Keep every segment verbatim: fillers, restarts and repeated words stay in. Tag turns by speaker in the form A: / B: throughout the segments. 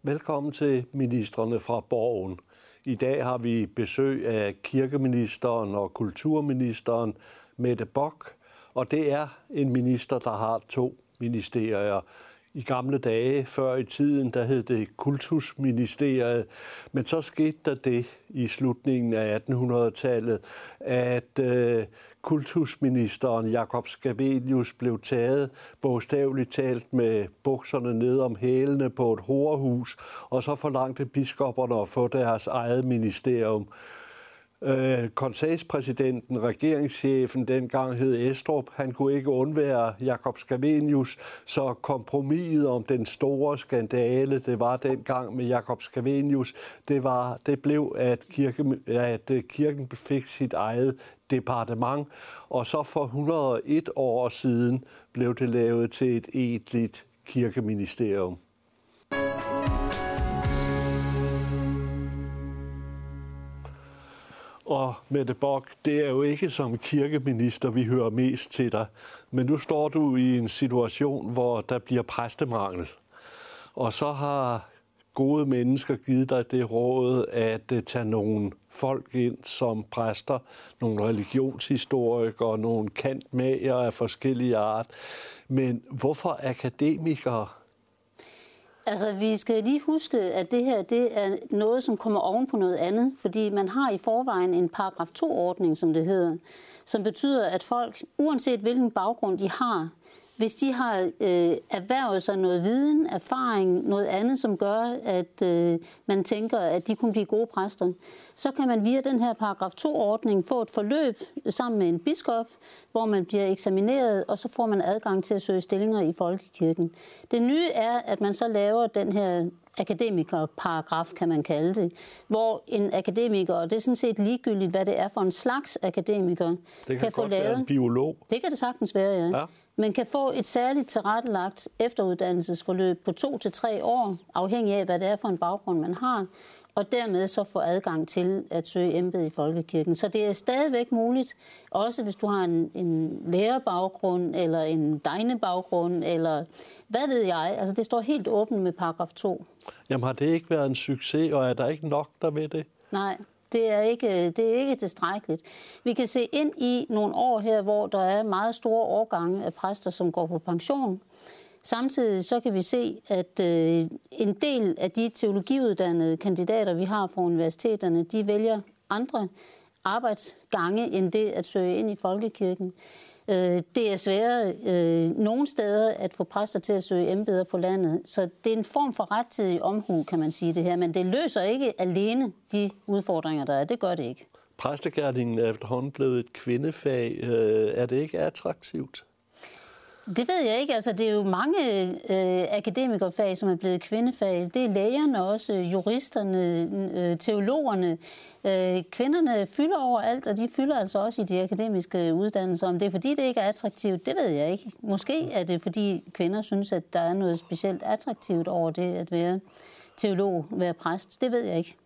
A: Velkommen til Ministrene fra Borgen. I dag har vi besøg af kirkeministeren og kulturministeren Mette Bock, og det er en minister, der har to ministerier. I gamle dage, før i tiden, der hed det Kultusministeriet, men så skete der det i slutningen af attenhundredetallet, at øh, kultusministeren Jakob Scavenius blev taget bogstaveligt talt med bukserne ned om hælene på et horehus, og så forlangte biskopperne at få deres eget ministerium. Øh, konseilspræsidenten, regeringschefen, dengang hed Estrup, han kunne ikke undvære Jakob Scavenius, så kompromiset om den store skandale, det var dengang med Jakob Scavenius, det, var, det blev, at, kirke, at kirken fik sit eget departement, og så for et hundrede og et år siden blev det lavet til et egentligt kirkeministerium. Og Mette Bock, det er jo ikke som kirkeminister, vi hører mest til dig, men nu står du i en situation, hvor der bliver præstemangel. Og så har gode mennesker givet dig det råd at tage nogle folk ind som præster, nogle religionshistorikere, nogle cand.mag. af forskellige art. Men hvorfor akademikere?
B: Altså, vi skal lige huske, at det her det er noget, som kommer oven på noget andet, fordi man har i forvejen en paragraf to-ordning, som det hedder, som betyder, at folk, uanset hvilken baggrund de har, hvis de har øh, erhvervet sig noget viden, erfaring, noget andet, som gør, at øh, man tænker, at de kunne blive gode præster, så kan man via den her paragraf to-ordning få et forløb sammen med en biskop, hvor man bliver eksamineret, og så får man adgang til at søge stillinger i folkekirken. Det nye er, at man så laver den her akademikerparagraf, kan man kalde det, hvor en akademiker, og det er sådan set ligegyldigt, hvad det er for en slags akademiker,
A: det kan,
B: kan få
A: godt
B: lavet.
A: Være en biolog.
B: Det kan det sagtens være, ja. ja. Man kan få et særligt tilrettelagt efteruddannelsesforløb på to til tre år, afhængig af, hvad det er for en baggrund, man har, og dermed så få adgang til at søge embed i folkekirken. Så det er stadigvæk muligt, også hvis du har en, en lærerbaggrund, eller en degnebaggrund, eller hvad ved jeg. Altså det står helt åbent med paragraf to.
A: Jamen har det ikke været en succes, og er der ikke nok, der ved det?
B: Nej. Det er, ikke, det er ikke tilstrækkeligt. Vi kan se ind i nogle år her, hvor der er meget store årgange af præster, som går på pension. Samtidig så kan vi se, at øh, en del af de teologiuddannede kandidater, vi har fra universiteterne, de vælger andre arbejdsgange end det at søge ind i folkekirken. Øh, det er sværere øh, nogle steder at få præster til at søge embeder på landet, så det er en form for rettidig omhu, kan man sige det her, men det løser ikke alene de udfordringer, der er. Det gør det ikke.
A: Præstegerningen er efterhånden blevet et kvindefag. Øh, er det ikke attraktivt?
B: Det ved jeg ikke. Altså, det er jo mange øh, akademikerfag, som er blevet kvindefag. Det er lægerne også, juristerne, øh, teologerne. Øh, kvinderne fylder overalt, og de fylder altså også i de akademiske uddannelser. Om det er, fordi det ikke er attraktivt, det ved jeg ikke. Måske er det, fordi kvinder synes, at der er noget specielt attraktivt over det at være teolog, være præst. Det ved jeg ikke.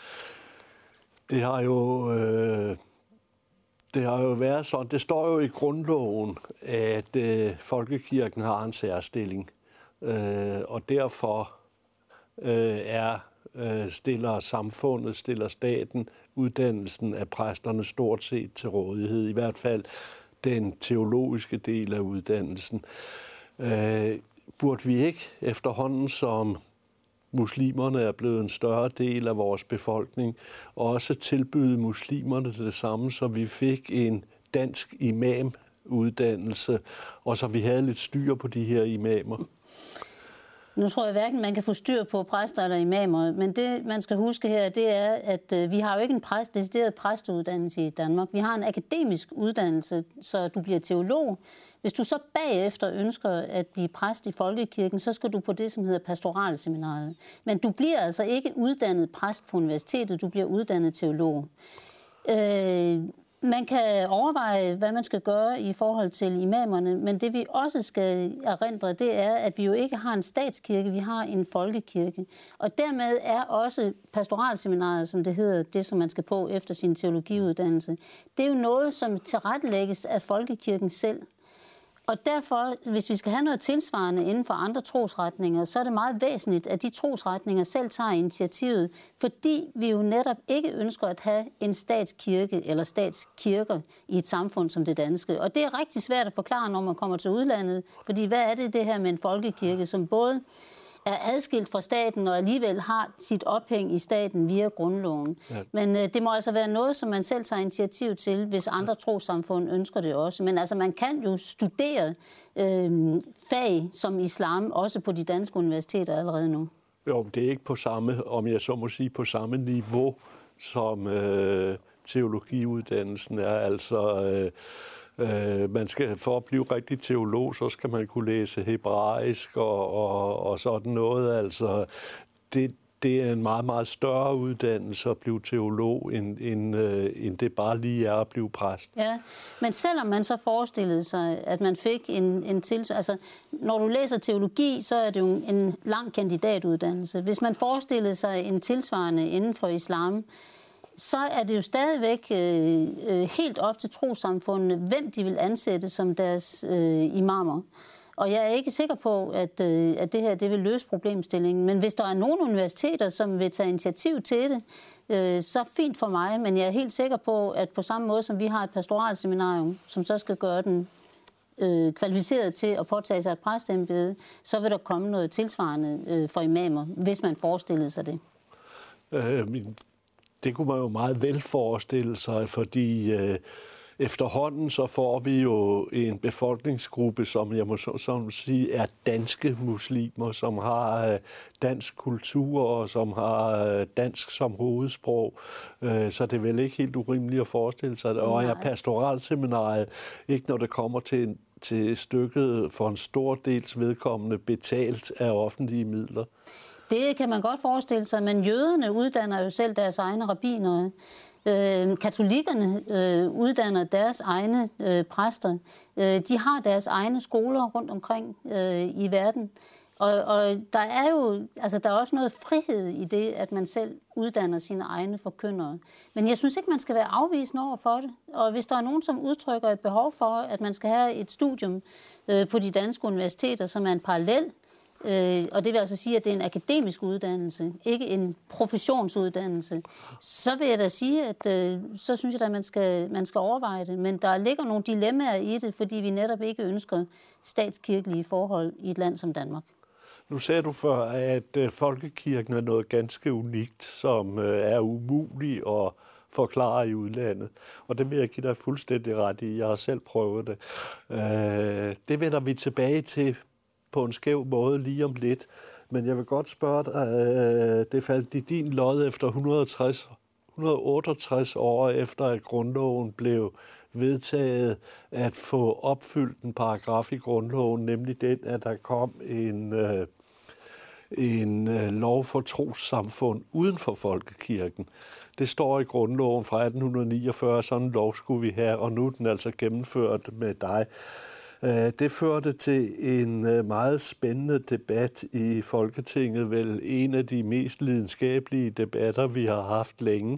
A: Det har jo... Øh Det har jo været sådan, det står jo i grundloven, at øh, folkekirken har en særstilling, øh, og derfor øh, er, øh, stiller samfundet, stiller staten uddannelsen af præsterne stort set til rådighed, i hvert fald den teologiske del af uddannelsen. Øh, burde vi ikke efterhånden, som muslimerne er blevet en større del af vores befolkning, og også tilbyde muslimerne det samme, så vi fik en dansk imamuddannelse, og så vi havde lidt styr på de her imamer?
B: Nu tror jeg hverken, man kan få styr på præster eller imamer, men det, man skal huske her, det er, at øh, vi har jo ikke en præst, decideret præsteuddannelse i Danmark. Vi har en akademisk uddannelse, så du bliver teolog. Hvis du så bagefter ønsker at blive præst i folkekirken, så skal du på det, som hedder pastoralseminariet. Men du bliver altså ikke uddannet præst på universitetet, du bliver uddannet teolog. Øh, Man kan overveje, hvad man skal gøre i forhold til imamerne, men det vi også skal erindre, det er, at vi jo ikke har en statskirke, vi har en folkekirke. Og dermed er også pastoralseminariet, som det hedder, det som man skal på efter sin teologiuddannelse, det er jo noget, som tilrettelægges af folkekirken selv. Og derfor, hvis vi skal have noget tilsvarende inden for andre trosretninger, så er det meget væsentligt, at de trosretninger selv tager initiativet, fordi vi jo netop ikke ønsker at have en statskirke eller statskirker i et samfund som det danske. Og det er rigtig svært at forklare, når man kommer til udlandet, fordi hvad er det det her med en folkekirke, som både er adskilt fra staten og alligevel har sit ophæng i staten via grundloven. Ja. Men øh, det må altså være noget, som man selv tager initiativ til, hvis andre trossamfund ønsker det også. Men altså, man kan jo studere øh, fag som islam, også på de danske universiteter allerede nu.
A: Jo, det er ikke på samme, om jeg så må sige, på samme niveau som øh, teologiuddannelsen er. Altså... Øh, Uh, man skal, for at blive rigtig teolog, så skal man kunne læse hebraisk og, og, og sådan noget. Altså, det, det er en meget, meget større uddannelse at blive teolog, end, end, uh, end det bare lige er at blive præst.
B: Ja, men selvom man så forestillede sig, at man fik en, en til... Altså, når du læser teologi, så er det jo en lang kandidatuddannelse. Hvis man forestillede sig en tilsvarende inden for islam, så er det jo stadigvæk øh, øh, helt op til trossamfundene, hvem de vil ansætte som deres øh, imamer. Og jeg er ikke sikker på, at, øh, at det her det vil løse problemstillingen. Men hvis der er nogle universiteter, som vil tage initiativ til det, øh, så fint for mig. Men jeg er helt sikker på, at på samme måde som vi har et pastoralseminarium, som så skal gøre den øh, kvalificeret til at påtage sig et præstembede, så vil der komme noget tilsvarende øh, for imamer, hvis man forestillede sig det.
A: Øh, min Det kunne man jo meget vel forestille sig, fordi øh, efterhånden så får vi jo en befolkningsgruppe, som jeg må som sige er danske muslimer, som har øh, dansk kultur og som har øh, dansk som hovedsprog. Øh, så det er vel ikke helt urimeligt at forestille sig det. Og er pastoralseminariet ikke, når det kommer til, til stykket for en stor dels vedkommende betalt af offentlige midler?
B: Det kan man godt forestille sig, men jøderne uddanner jo selv deres egne rabbinere. Øh, katolikkerne øh, uddanner deres egne øh, præster. Øh, de har deres egne skoler rundt omkring øh, i verden. Og, og der er jo altså, der er også noget frihed i det, at man selv uddanner sine egne forkyndere. Men jeg synes ikke, man skal være afvisende over for det. Og hvis der er nogen, som udtrykker et behov for, at man skal have et studium øh, på de danske universiteter, som er en parallel, Øh, og det vil altså sige, at det er en akademisk uddannelse, ikke en professionsuddannelse, så vil jeg da sige, at øh, så synes jeg da, at man skal, man skal overveje det. Men der ligger nogle dilemmaer i det, fordi vi netop ikke ønsker statskirkelige forhold i et land som Danmark.
A: Nu sagde du før, at øh, folkekirken er noget ganske unikt, som øh, er umuligt at forklare i udlandet. Og det vil jeg give dig fuldstændig ret i. Jeg har selv prøvet det. Øh, det vender vi tilbage til på en skæv måde lige om lidt. Men jeg vil godt spørge dig, øh, det faldt i din lod efter et hundrede og tres, et hundrede og otteogtres år efter, at grundloven blev vedtaget, at få opfyldt en paragraf i grundloven, nemlig den, at der kom en, øh, en øh, lov for trossamfund uden for folkekirken. Det står i grundloven fra atten niogfyrre, sådan en lov skulle vi have, og nu er den altså gennemført med dig. Det førte til en meget spændende debat i Folketinget, vel en af de mest lidenskabelige debatter, vi har haft længe.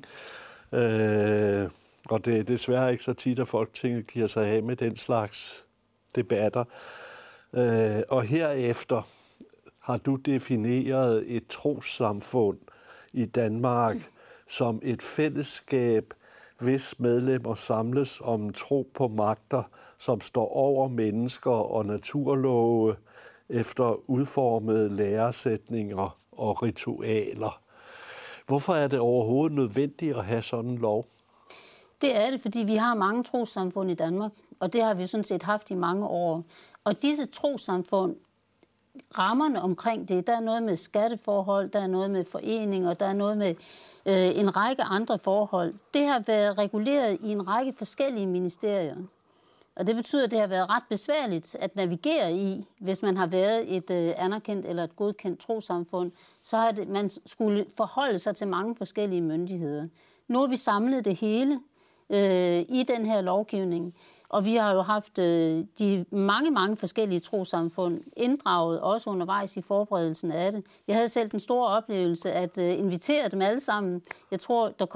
A: Og det er desværre ikke så tit, at Folketinget giver sig af med den slags debatter. Og herefter har du defineret et trossamfund i Danmark som et fællesskab, hvis medlemmer samles om en tro på magter, som står over mennesker og naturlove efter udformede læresætninger og ritualer. Hvorfor er det overhovedet nødvendigt at have sådan en lov?
B: Det er det, fordi vi har mange trossamfund i Danmark, og det har vi sådan set haft i mange år. Og disse trossamfund, rammerne omkring det, der er noget med skatteforhold, der er noget med foreninger, der er noget med øh, en række andre forhold. Det har været reguleret i en række forskellige ministerier. Og det betyder, at det har været ret besværligt at navigere i, hvis man har været et øh, anerkendt eller et godkendt trossamfund, så har det, man skulle forholde sig til mange forskellige myndigheder. Nu har vi samlet det hele øh, i den her lovgivning, og vi har jo haft øh, de mange, mange forskellige trossamfund inddraget, også undervejs i forberedelsen af det. Jeg havde selv den store oplevelse at øh, invitere dem alle sammen. Jeg tror, der kom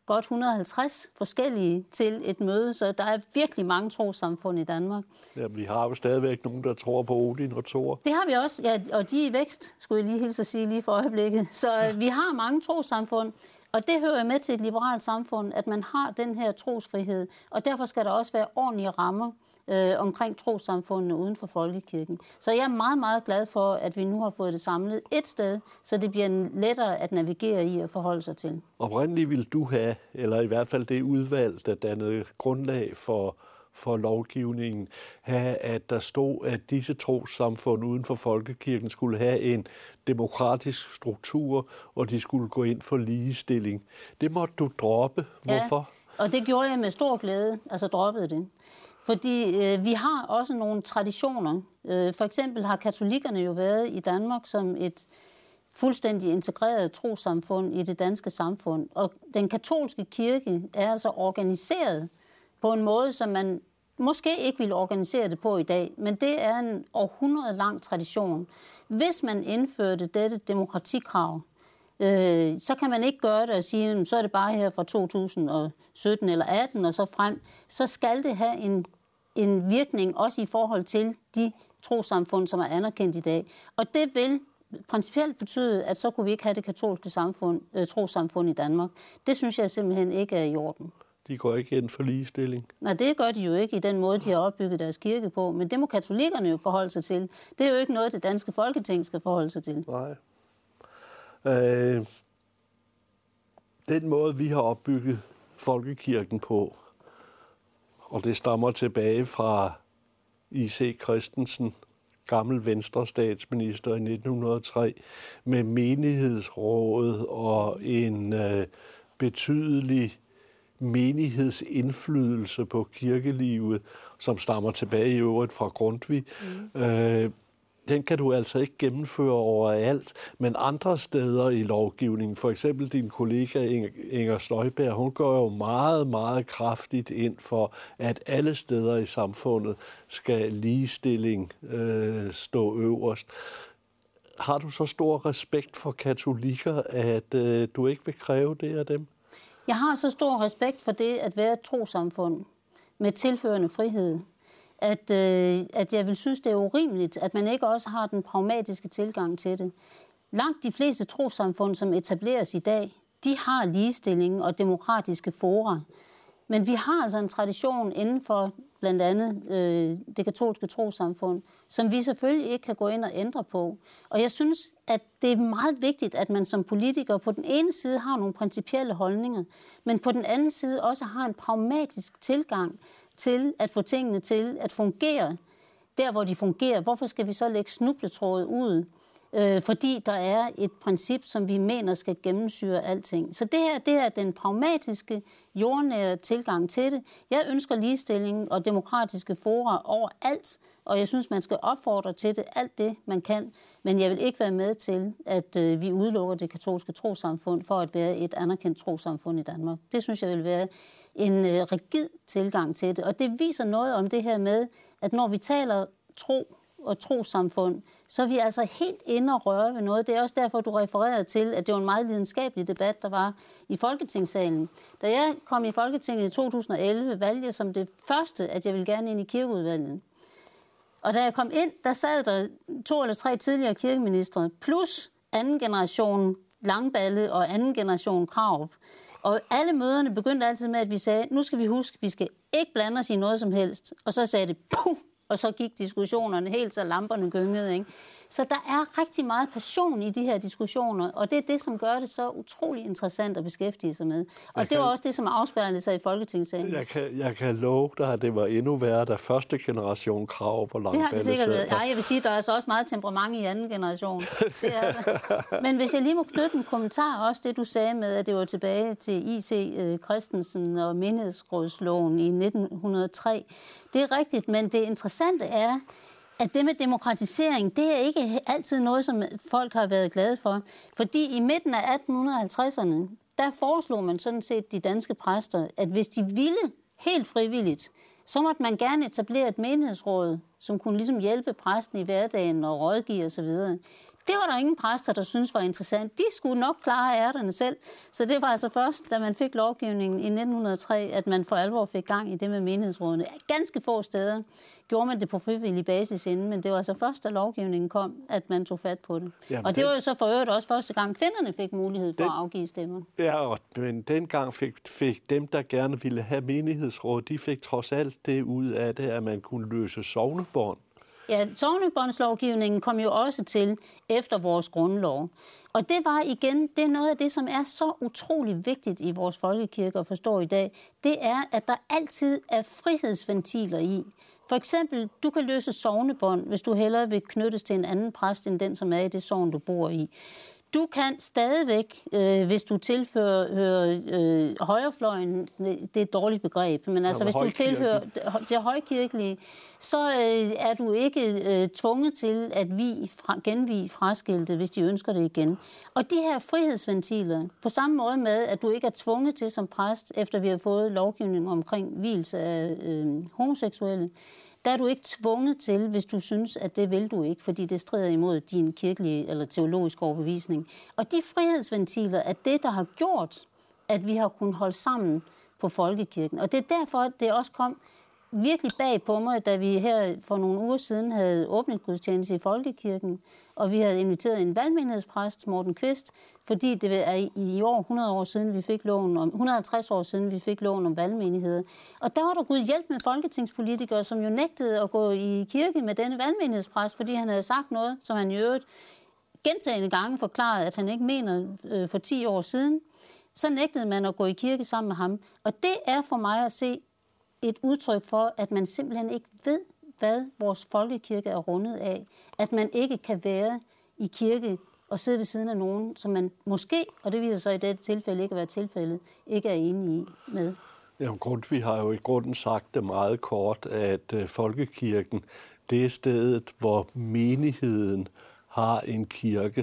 B: godt et hundrede og halvtreds forskellige til et møde, så der er virkelig mange trossamfund i Danmark.
A: Ja, vi har jo stadigvæk nogen, der tror på Odin og Thor.
B: Det har vi også, ja, og de er i vækst, skulle jeg lige hilse at sige lige for øjeblikket. Så ja. Vi har mange trossamfund, og det hører med til et liberalt samfund, at man har den her trosfrihed, og derfor skal der også være ordentlige rammer øh, omkring trossamfundene uden for folkekirken. Så jeg er meget, meget glad for, at vi nu har fået det samlet et sted, så det bliver lettere at navigere i og forholde sig til.
A: Oprindeligt ville du have, eller i hvert fald det udvalg, der dannede grundlag for, for lovgivningen, have, at der stod, at disse trossamfund uden for folkekirken skulle have en demokratisk struktur, og de skulle gå ind for ligestilling. Det måtte du droppe. Hvorfor?
B: Ja, og det gjorde jeg med stor glæde, altså droppede det. Fordi øh, vi har også nogle traditioner. Øh, for eksempel har katolikkerne jo været i Danmark som et fuldstændig integreret trossamfund i det danske samfund. Og den katolske kirke er altså organiseret på en måde, som man måske ikke ville organisere det på i dag, men det er en århundrede lang tradition. Hvis man indførte dette demokratikrav, øh, så kan man ikke gøre det og sige, så er det bare her fra to tusind og sytten eller atten og så frem. Så skal det have en, en virkning også i forhold til de trossamfund, som er anerkendt i dag. Og det vil principielt betyde, at så kunne vi ikke have det katolske samfund, øh, trossamfund i Danmark. Det synes jeg simpelthen ikke er i orden.
A: De går ikke ind for ligestilling.
B: Nej, det gør de jo ikke i den måde, de har opbygget deres kirke på. Men det må katolikkerne jo forholde sig til. Det er jo ikke noget, det danske Folketing skal forholde sig til.
A: Nej. Øh, den måde, vi har opbygget folkekirken på, og det stammer tilbage fra I C Christensen, gammel Venstre statsminister i nitten hundrede og tre, med menighedsrådet og en øh, betydelig menighedsindflydelse på kirkelivet, som stammer tilbage i øvrigt fra Grundtvig. Mm. Øh, den kan du altså ikke gennemføre overalt, men andre steder i lovgivningen, for eksempel din kollega Inger Støjberg, hun går jo meget, meget kraftigt ind for, at alle steder i samfundet skal ligestilling øh, stå øverst. Har du så stor respekt for katolikker, at øh, du ikke vil kræve det af dem?
B: Jeg har så stor respekt for det at være et trossamfund med tilhørende frihed, at, øh, at jeg vil synes, det er urimeligt, at man ikke også har den pragmatiske tilgang til det. Langt de fleste trossamfund, som etableres i dag, de har ligestilling og demokratiske fora. Men vi har altså en tradition inden for blandt andet øh, det katolske trossamfund, som vi selvfølgelig ikke kan gå ind og ændre på. Og jeg synes, at det er meget vigtigt, at man som politiker på den ene side har nogle principielle holdninger, men på den anden side også har en pragmatisk tilgang til at få tingene til at fungere der, hvor de fungerer. Hvorfor skal vi så lægge snubletråde ud? Øh, fordi der er et princip, som vi mener skal gennemsyre alting. Så det her, det er den pragmatiske, jordnære tilgang til det. Jeg ønsker ligestilling og demokratiske fora overalt, og jeg synes, man skal opfordre til det, alt det, man kan. Men jeg vil ikke være med til, at øh, vi udelukker det katolske trossamfund for at være et anerkendt trossamfund i Danmark. Det synes jeg vil være en øh, rigid tilgang til det. Og det viser noget om det her med, at når vi taler tro og trossamfund, så er vi altså helt inde og røre ved noget. Det er også derfor, du refererede til, at det var en meget lidenskabelig debat, der var i Folketingssalen. Da jeg kom i Folketinget i to tusind og elleve, valgte jeg som det første, at jeg ville gerne ind i kirkeudvalget. Og da jeg kom ind, der sad der to eller tre tidligere kirkeministre, plus anden generation Langballe og anden generation Krarup. Og alle møderne begyndte altid med, at vi sagde, nu skal vi huske, vi skal ikke blande os i noget som helst. Og så sagde det, puh! Og så gik diskussionerne helt, så lamperne gyngede, ikke? Så der er rigtig meget passion i de her diskussioner, og det er det, som gør det så utrolig interessant at beskæftige sig med. Og jeg det var kan, også det, som afspejlede sig i Folketingssalen.
A: Jeg kan, jeg kan love dig, at det var endnu værre, da første generation Krarup på Langballe.
B: Det har det sikkert været. Ja, jeg vil sige, at der er altså også meget temperament i anden generation. Det er der. Men hvis jeg lige må knytte en kommentar, også det, du sagde med, at det var tilbage til I C Christensen og menighedsrådsloven i nitten hundrede og tre. Det er rigtigt, men det interessante er, at det med demokratisering, det er ikke altid noget, som folk har været glade for. Fordi i midten af atten halvtredserne, der foreslog man sådan set de danske præster, at hvis de ville helt frivilligt, så måtte man gerne etablere et menighedsråd, som kunne ligesom hjælpe præsten i hverdagen og rådgive osv. Det var der ingen præster, der syntes var interessant. De skulle nok klare ærterne selv. Så det var altså først, da man fik lovgivningen i nitten hundrede og tre, at man for alvor fik gang i det med menighedsrådene. Ganske få steder gjorde man det på frivillig basis inden, men det var altså først, da lovgivningen kom, at man tog fat på det. Jamen, og det den... var jo så for øvrigt også første gang, kvinderne fik mulighed for den... at afgive stemmer.
A: Ja, og men dengang fik, fik dem, der gerne ville have menighedsråd, de fik trods alt det ud af det, at man kunne løse sognebånd.
B: Ja, sognebåndslovgivningen kom jo også til efter vores grundlov. Og det var igen, det er noget af det, som er så utrolig vigtigt i vores folkekirke at forstå i dag. Det er, at der altid er frihedsventiler i. For eksempel, du kan løse sognebånd, hvis du hellere vil knyttes til en anden præst, end den, som er i det sogn, du bor i. Du kan stadigvæk, øh, hvis du tilfører hører, øh, højrefløjen, det er et dårligt begreb, men altså hvis du tilhører det, det højkirkelige, så øh, er du ikke øh, tvunget til at vi fra, genvige fraskilte, hvis de ønsker det igen. Og de her frihedsventiler, på samme måde med, at du ikke er tvunget til som præst, efter vi har fået lovgivning omkring vielse af øh, homoseksuelle, der er du ikke tvunget til, hvis du synes, at det vil du ikke, fordi det strider imod din kirkelige eller teologiske overbevisning. Og de frihedsventiler er det, der har gjort, at vi har kunnet holde sammen på folkekirken. Og det er derfor, at det også kom virkelig bag på mig, da vi her for nogle uger siden havde åbnet gudstjeneste i folkekirken, og vi havde inviteret en valgmenighedspræst, Morten Kvist, fordi det er i år hundrede år siden, vi fik loven om, et hundrede og halvtreds år siden, vi fik loven om valgmenigheder. Og der var der Gud hjælp med folketingspolitikere, som jo nægtede at gå i kirke med denne valgmenighedspræst, fordi han havde sagt noget, som han i øvrigt gentagne gange forklarede, at han ikke mener øh, for ti år siden. Så nægtede man at gå i kirke sammen med ham. Og det er for mig at se et udtryk for, at man simpelthen ikke ved, hvad vores folkekirke er rundet af. At man ikke kan være i kirke og sidde ved siden af nogen, som man måske, og det viser sig i dette tilfælde ikke at være tilfældet, ikke er enige med.
A: Ja, Grundtvig har jo i grunden sagt det meget kort, at uh, folkekirken, det er stedet, hvor menigheden har en kirke,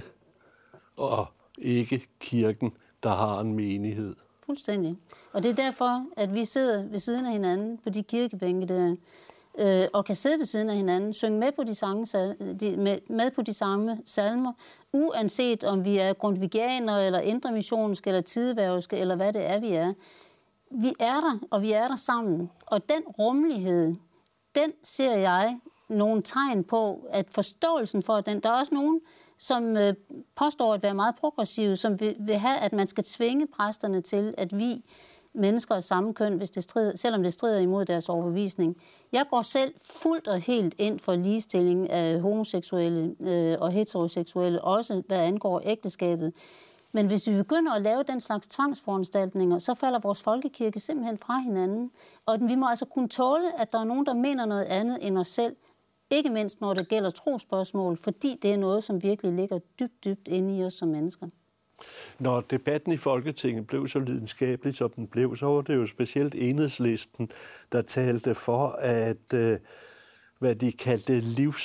A: og ikke kirken, der har en menighed.
B: Fuldstændig. Og det er derfor, at vi sidder ved siden af hinanden på de kirkebænke der, øh, og kan sidde ved siden af hinanden, synge med på de, sange, de, med, med på de samme salmer, uanset om vi er grundtvigianere, eller indremissionske, eller tideværvske, eller hvad det er, vi er. Vi er der, og vi er der sammen. Og den rummelighed, den ser jeg nogle tegn på, at forståelsen for den, der er også nogen, som øh, påstår at være meget progressive, som vil, vil have, at man skal tvinge præsterne til, at vi mennesker af samme køn, hvis det strider, selvom det strider imod deres overbevisning. Jeg går selv fuldt og helt ind for ligestilling af homoseksuelle øh, og heteroseksuelle, også hvad angår ægteskabet. Men hvis vi begynder at lave den slags tvangsforanstaltninger, så falder vores folkekirke simpelthen fra hinanden. Og vi må altså kunne tåle, at der er nogen, der mener noget andet end os selv. Ikke mindst, når det gælder trospørgsmål, fordi det er noget, som virkelig ligger dybt, dybt inde i os som mennesker.
A: Når debatten i Folketinget blev så lidenskabelig, som den blev, så var det jo specielt Enhedslisten, der talte for, at øh, hvad de kaldte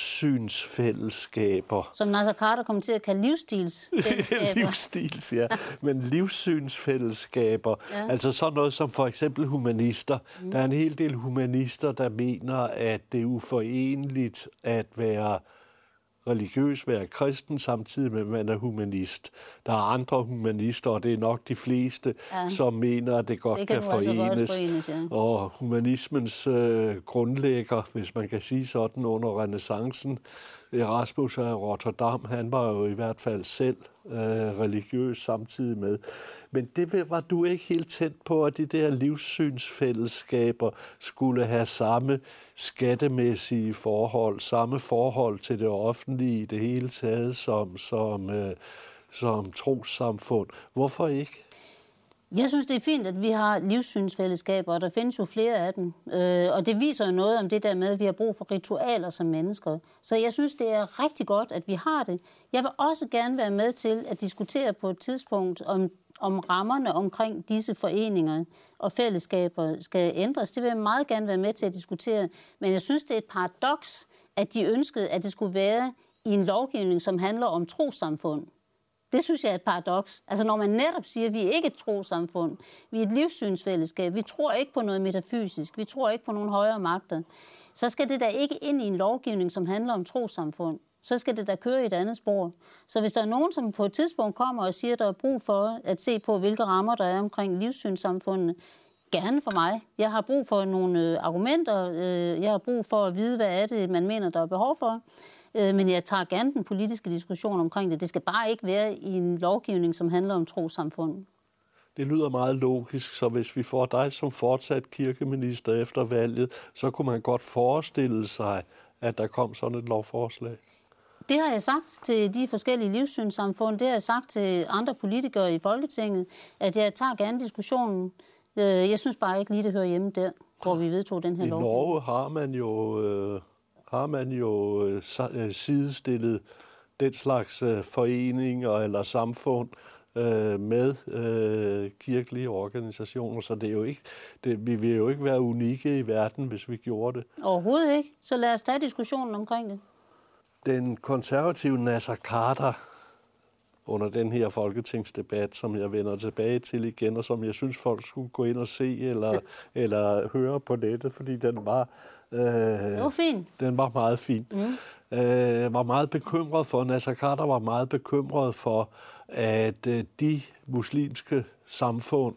A: livssynsfællesskaber.
B: Som Nasser Carter kom til at kalde livsstilsfællesskaber.
A: Livsstils, ja. Men livssynsfællesskaber. Ja. Altså sådan noget som for eksempel humanister. Mm. Der er en hel del humanister, der mener, at det er uforeneligt at være religiøs, være kristen, samtidig med, at man er humanist. Der er andre humanister, og det er nok de fleste, ja. som mener, at det godt det kan, kan forenes. Altså forenes ja. Og humanismens øh, grundlægger, hvis man kan sige sådan, under renæssancen, Erasmus af Rotterdam, han var jo i hvert fald selv øh, religiøs samtidig med. Men det var du ikke helt tæt på, at de der livssynsfællesskaber skulle have samme skattemæssige forhold, samme forhold til det offentlige i det hele taget som, som, øh, som trossamfund. Hvorfor ikke?
B: Jeg synes, det er fint, at vi har livssynsfællesskaber, og der findes jo flere af dem. Øh, og det viser jo noget om det der med, at vi har brug for ritualer som mennesker. Så jeg synes, det er rigtig godt, at vi har det. Jeg vil også gerne være med til at diskutere på et tidspunkt, om, om rammerne omkring disse foreninger og fællesskaber skal ændres. Det vil jeg meget gerne være med til at diskutere. Men jeg synes, det er et paradoks, at de ønskede, at det skulle være i en lovgivning, som handler om trossamfund. Det synes jeg er et paradoks. Altså når man netop siger, at vi er ikke et trossamfund, vi er et livssynsfællesskab, vi tror ikke på noget metafysisk, vi tror ikke på nogle højere magter, så skal det da ikke ind i en lovgivning, som handler om trossamfund. så skal det da køre i et andet spor. Så hvis der er nogen, som på et tidspunkt kommer og siger, at der er brug for at se på, hvilke rammer der er omkring livssynssamfundene, gerne for mig. Jeg har brug for nogle øh, argumenter. Øh, jeg har brug for at vide, hvad er det, man mener, der er behov for. Øh, men jeg tager gerne den politiske diskussion omkring det. Det skal bare ikke være i en lovgivning, som handler om trossamfund.
A: Det lyder meget logisk, så hvis vi får dig som fortsat kirkeminister efter valget, så kunne man godt forestille sig, at der kom sådan et lovforslag.
B: Det har jeg sagt til de forskellige livssynssamfund. Det har jeg sagt til andre politikere i Folketinget, at jeg tager gerne diskussionen. Jeg synes bare ikke lige, det hører hjemme der, hvor vi vedtog den her lov.
A: I Norge har man jo, øh, har man jo øh, sidestillet den slags øh, foreninger eller samfund øh, med øh, kirkelige organisationer, så det er jo ikke, det, vi vil jo ikke være unikke i verden, hvis vi gjorde det.
B: Overhovedet ikke. Så lad os tage diskussionen omkring det.
A: Den konservative Naser Khader under den her folketingsdebat, som jeg vender tilbage til igen, og som jeg synes, folk skulle gå ind og se eller, eller høre på nettet, fordi den var, øh,
B: det var fin.
A: Den var meget fin. Mm. Øh, var meget bekymret for, Naser Khader var meget bekymret for, at øh, de muslimske samfund,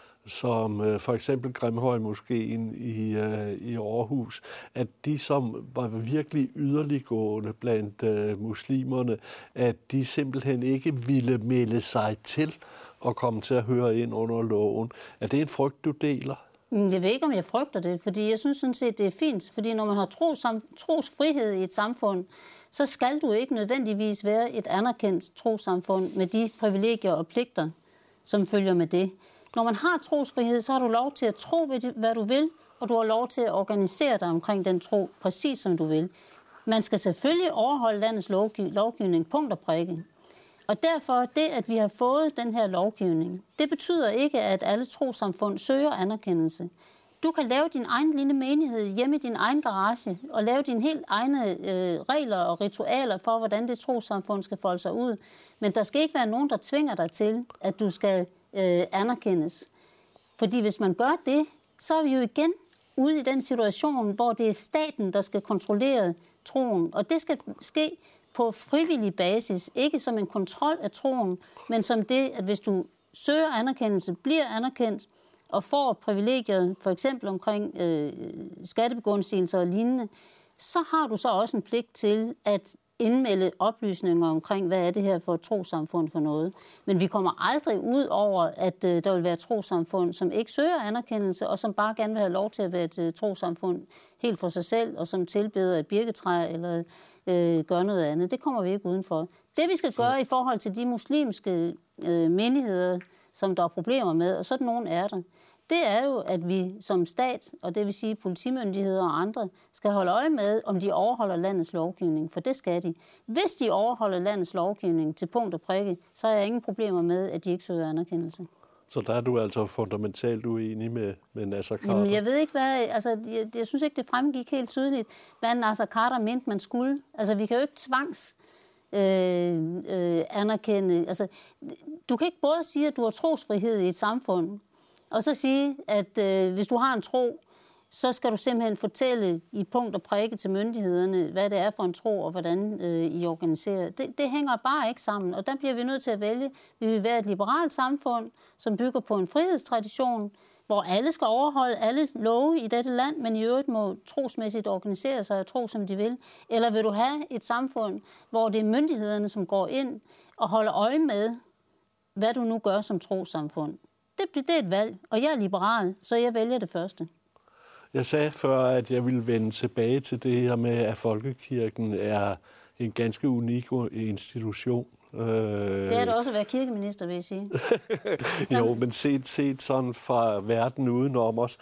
A: som øh, for eksempel Grimhøjmoskeen i, øh, i Aarhus, at de, som var virkelig yderliggående blandt øh, muslimerne, at de simpelthen ikke ville melde sig til og komme til at høre ind under loven. Er det en frygt, du deler?
B: Jeg ved ikke, om jeg frygter det, fordi jeg synes sådan set, det er fint. Fordi når man har tros, trosfrihed i et samfund, så skal du ikke nødvendigvis være et anerkendt trossamfund med de privilegier og pligter, som følger med det. Når man har trosfrihed, så har du lov til at tro, hvad du vil, og du har lov til at organisere dig omkring den tro, præcis som du vil. Man skal selvfølgelig overholde landets lovgiv- lovgivning, punkt og prikke. Og derfor, det, at vi har fået den her lovgivning, det betyder ikke, at alle trossamfund søger anerkendelse. Du kan lave din egen lille menighed hjemme i din egen garage, og lave dine helt egne øh, regler og ritualer for, hvordan det trossamfund skal folde sig ud. Men der skal ikke være nogen, der tvinger dig til, at du skal øh, anerkendes. Fordi hvis man gør det, så er vi jo igen ude i den situation, hvor det er staten, der skal kontrollere troen. Og det skal ske på frivillig basis, ikke som en kontrol af troen, men som det, at hvis du søger anerkendelse, bliver anerkendt og får privilegier, for eksempel omkring øh, skattebegunstigelser og lignende, så har du så også en pligt til at indmelde oplysninger omkring, hvad er det her for et trossamfund for noget. Men vi kommer aldrig ud over, at øh, der vil være et trossamfund, som ikke søger anerkendelse, og som bare gerne vil have lov til at være et øh, trossamfund helt for sig selv, og som tilbeder et birketræ eller øh, gør noget andet. Det kommer vi ikke udenfor. Det vi skal gøre i forhold til de muslimske øh, menigheder, som der er problemer med, og sådan nogen er der, det er jo, at vi som stat, og det vil sige politimyndigheder og andre, skal holde øje med, om de overholder landets lovgivning, for det skal de. Hvis de overholder landets lovgivning til punkt og prikke, så er jeg ingen problemer med, at de ikke søger anerkendelse.
A: Så der er du altså fundamentalt uenig med, med Naser Khader?
B: Jamen, jeg ved ikke, hvad... Altså, jeg, jeg synes ikke, det fremgik helt tydeligt, hvad Naser Khader mente, man skulle. Altså, vi kan jo ikke tvangs... Øh, øh, anerkende. Altså, du kan ikke både sige, at du har trosfrihed i et samfund, og så sige, at øh, hvis du har en tro, så skal du simpelthen fortælle i punkt og prikke til myndighederne, hvad det er for en tro, og hvordan øh, I organiserer. Det, det hænger bare ikke sammen, og der bliver vi nødt til at vælge. Vi vil være et liberalt samfund, som bygger på en frihedstradition, hvor alle skal overholde alle love i dette land, men i øvrigt må trosmæssigt organisere sig og tro, som de vil. Eller vil du have et samfund, hvor det er myndighederne, som går ind og holder øje med, hvad du nu gør som trossamfund? Det, det er et valg, og jeg er liberal, så jeg vælger det første.
A: Jeg sagde før, at jeg ville vende tilbage til det her med, at folkekirken er en ganske unik institution.
B: Det er det også at være kirkeminister, vil jeg sige.
A: Jo, men set, set sådan fra verden udenom os.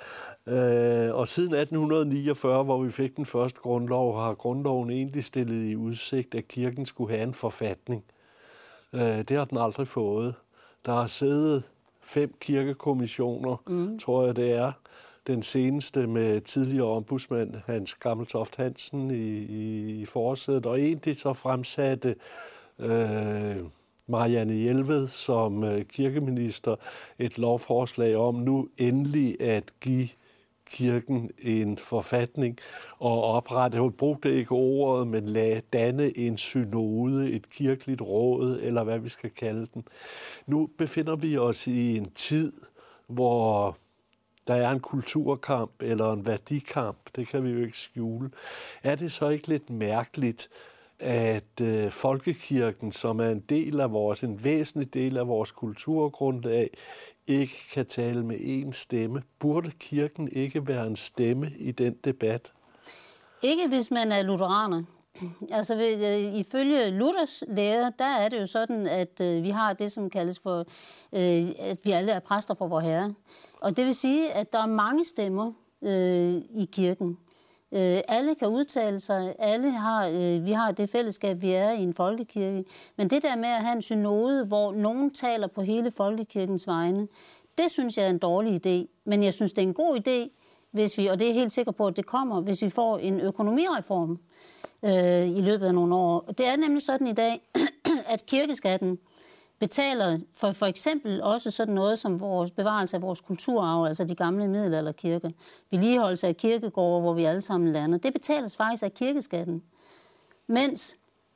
A: Øh, og siden atten niogfyrre, hvor vi fik den første grundlov, har grundloven egentlig stillet i udsigt, at kirken skulle have en forfatning. Øh, det har den aldrig fået. Der har siddet fem kirkekommissioner, mm. tror jeg det er. Den seneste med tidligere ombudsmand Hans Gammeltoft Hansen i, i, i forsædet, og egentlig så fremsatte øh, Marianne Jelved som øh, kirkeminister et lovforslag om nu endelig at give kirken en forfatning og oprette, hun brugte ikke ordet, men lade danne en synode, et kirkeligt råd, eller hvad vi skal kalde den. Nu befinder vi os i en tid, hvor der er en kulturkamp eller en værdikamp, det kan vi jo ikke skjule. Er det så ikke lidt mærkeligt, at øh, folkekirken, som er en del af vores, en væsentlig del af vores kulturgrundlag, ikke kan tale med én stemme? Burde kirken ikke være en stemme i den debat?
B: Ikke hvis man er lutheraner. Altså ved, ifølge Luthers lære, der er det jo sådan, at øh, vi har det, som kaldes for, øh, at vi alle er præster for vor Herre. Og det vil sige, at der er mange stemmer øh, i kirken. Øh, alle kan udtale sig, alle har, øh, vi har det fællesskab, vi er i en folkekirke. Men det der med at have en synode, hvor nogen taler på hele folkekirkens vegne, det synes jeg er en dårlig idé. Men jeg synes, det er en god idé, hvis vi, og det er jeg helt sikker på, at det kommer, hvis vi får en økonomireform øh, i løbet af nogle år. Det er nemlig sådan i dag, at kirkeskatten betaler for for eksempel også sådan noget som vores bevarelse af vores kulturarv, altså de gamle middelalderkirker, vedligeholdelse af kirkegårde, hvor vi alle sammen lander. Det betales faktisk af kirkeskatten. Mens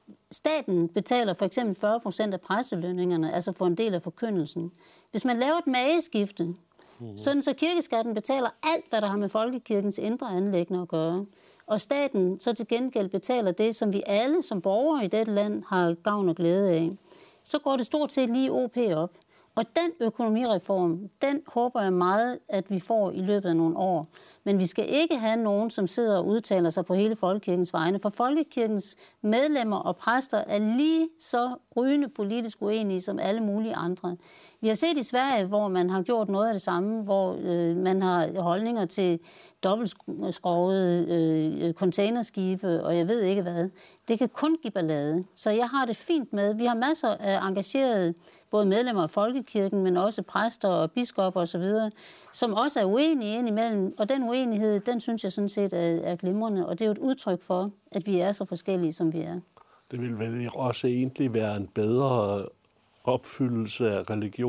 B: staten betaler for eksempel fyrre procent af præstelønningerne, altså for en del af forkyndelsen. Hvis man laver et mageskifte, mm. sådan så kirkeskatten betaler alt, hvad der har med folkekirkens indre anliggende at gøre, og staten så til gengæld betaler det, som vi alle som borgere i dette land har gavn og glæde af, så går det stort set lige O P op. Og den økonomireform, den håber jeg meget, at vi får i løbet af nogle år. Men vi skal ikke have nogen, som sidder og udtaler sig på hele folkekirkens vegne, for folkekirkens medlemmer og præster er lige så rygende politisk uenige som alle mulige andre. Vi har set i Sverige, hvor man har gjort noget af det samme, hvor øh, man har holdninger til dobbeltskrogede øh, containerskibe, og jeg ved ikke hvad. Det kan kun give ballade. Så jeg har det fint med. Vi har masser af engagerede, både medlemmer af folkekirken, men også præster og biskopper osv., som også er uenige indimellem. Og den uenighed, den synes jeg sådan set er, er glimrende, og det er jo et udtryk for, at vi er så forskellige, som vi er.
A: Det vil vel også egentlig være en bedre opfyldelse af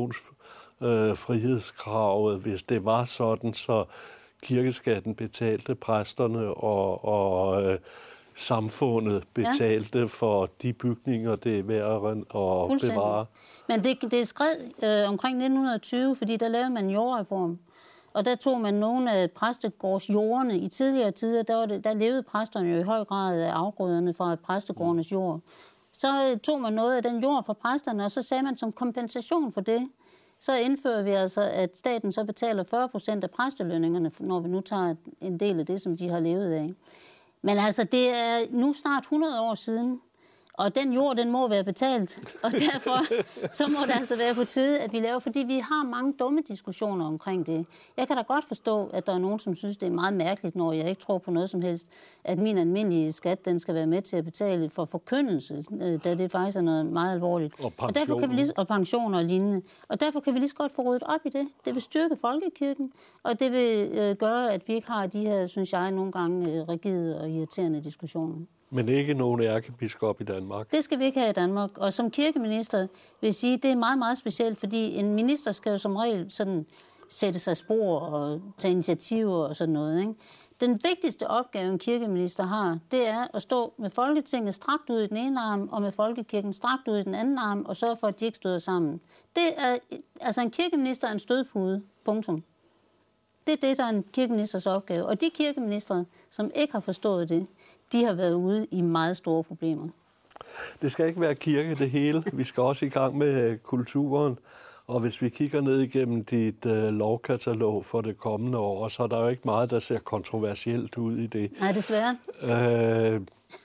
A: religionsfrihedskravet, øh, hvis det var sådan, så kirkeskatten betalte præsterne og, og øh, samfundet betalte ja. for de bygninger, det er værd at bevare.
B: Men det, det er skred øh, omkring nitten tyve, fordi der lavede man en jordreform. Og der tog man nogle af præstegårdsjordene. I tidligere tider, der, var det, der levede præsterne jo i høj grad af afgrøderne fra præstegårdenes jord. Så tog man noget af den jord fra præsterne, og så sagde man som kompensation for det, så indfører vi altså, at staten så betaler fyrre procent af præstelønningerne, når vi nu tager en del af det, som de har levet af. Men altså, det er nu snart hundrede år siden, og den jord, den må være betalt, og derfor så må det altså være på tide, at vi laver, fordi vi har mange dumme diskussioner omkring det. Jeg kan da godt forstå, at der er nogen, som synes, det er meget mærkeligt, når jeg ikke tror på noget som helst, at min almindelige skat, den skal være med til at betale for forkyndelse, da det faktisk er noget meget alvorligt.
A: Og,
B: og derfor kan vi lige, og pensioner og lignende. Og derfor kan vi lige så godt få ryddet op i det. Det vil styrke folkekirken, og det vil øh, gøre, at vi ikke har de her, synes jeg, nogle gange øh, rigide og irriterende diskussioner.
A: Men ikke nogen ærkebiskop i Danmark.
B: Det skal vi ikke have i Danmark. Og som kirkeminister vil jeg sige, det er meget, meget specielt, fordi en minister skal jo som regel sådan sætte sig spor og tage initiativer og sådan noget, ikke? Den vigtigste opgave, en kirkeminister har, det er at stå med Folketinget strakt ud i den ene arm, og med Folkekirken strakt ud i den anden arm, og sørge for, at de ikke støder sammen. Det er, altså en kirkeminister er en stødpude. Punktum. Det er det, der er en kirkeministers opgave. Og de kirkeministre, som ikke har forstået det, de har været ude i meget store problemer.
A: Det skal ikke være kirke det hele. Vi skal også i gang med kulturen. Og hvis vi kigger ned igennem dit øh, lovkatalog for det kommende år, så er der jo ikke meget, der ser kontroversielt ud i det.
B: Nej, desværre.
A: Øh,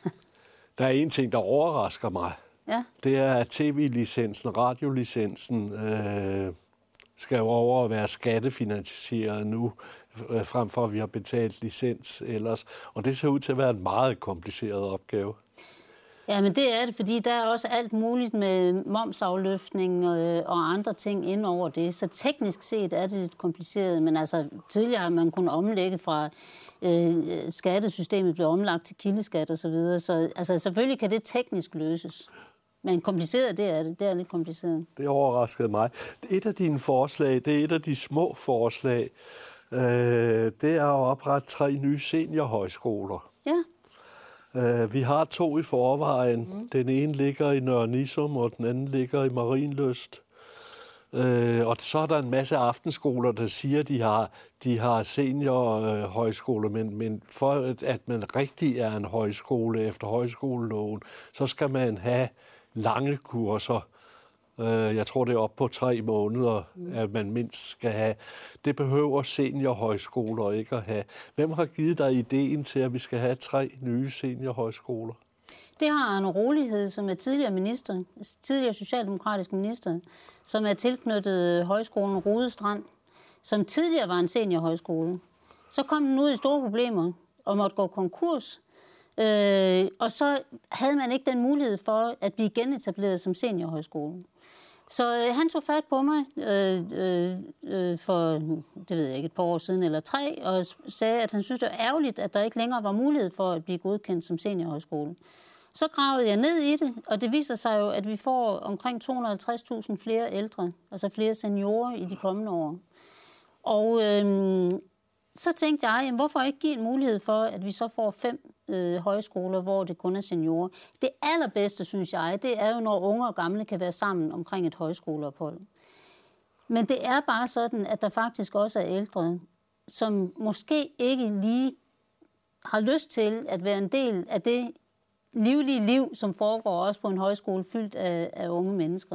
A: der er en ting, der overrasker mig.
B: Ja.
A: Det er, at tv-licensen, radiolicensen, øh, skal jo over at være skattefinansieret nu, øh, frem for at vi har betalt licens ellers. Og det ser ud til at være en meget kompliceret opgave.
B: Ja, men det er det, fordi der er også alt muligt med momsafløftning øh, og andre ting ind over det. Så teknisk set er det lidt kompliceret, men altså tidligere har man kunnet omlægge fra øh, skattesystemet blev omlagt til kildeskat og så videre. Så altså, selvfølgelig kan det teknisk løses. Men kompliceret, det er det. Det er lidt kompliceret.
A: Det overraskede mig. Et af dine forslag, det er et af de små forslag, Øh, det er at oprette tre nye seniorhøjskoler.
B: Ja.
A: Øh, vi har to i forvejen. Mm. Den ene ligger i Nørre Nissum, og den anden ligger i Marienlyst. Øh, og så er der en masse aftenskoler, der siger, at de har, de har seniorhøjskoler, men, men for at man rigtig er en højskole efter højskoleloven, så skal man have lange kurser. Øh, jeg tror, det er op på tre måneder, mm. at man mindst skal have. Det behøver seniorhøjskoler ikke at have. Hvem har givet dig ideen til, at vi skal have tre nye seniorhøjskoler?
B: Det har Arne Rolighed, som er tidligere minister, tidligere socialdemokratisk minister, som er tilknyttet højskolen Rode Strand, som tidligere var en seniorhøjskole. Så kom den ud i store problemer og måtte gå konkurs, øh, og så havde man ikke den mulighed for at blive genetableret som seniorhøjskole. Så øh, han tog fat på mig øh, øh, for, det ved jeg ikke, et par år siden eller tre, og sagde, at han synes, det var ærgerligt, at der ikke længere var mulighed for at blive godkendt som seniorhøjskole. Så gravede jeg ned i det, og det viser sig jo, at vi får omkring to hundrede og halvtreds tusind flere ældre, altså flere seniorer i de kommende år. Og øhm, så tænkte jeg, jamen, hvorfor ikke give en mulighed for, at vi så får fem øh, højskoler, hvor det kun er seniorer. Det allerbedste, synes jeg, det er jo, når unge og gamle kan være sammen omkring et højskoleophold. Men det er bare sådan, at der faktisk også er ældre, som måske ikke lige har lyst til at være en del af det livlige liv, som foregår også på en højskole fyldt af, af unge mennesker.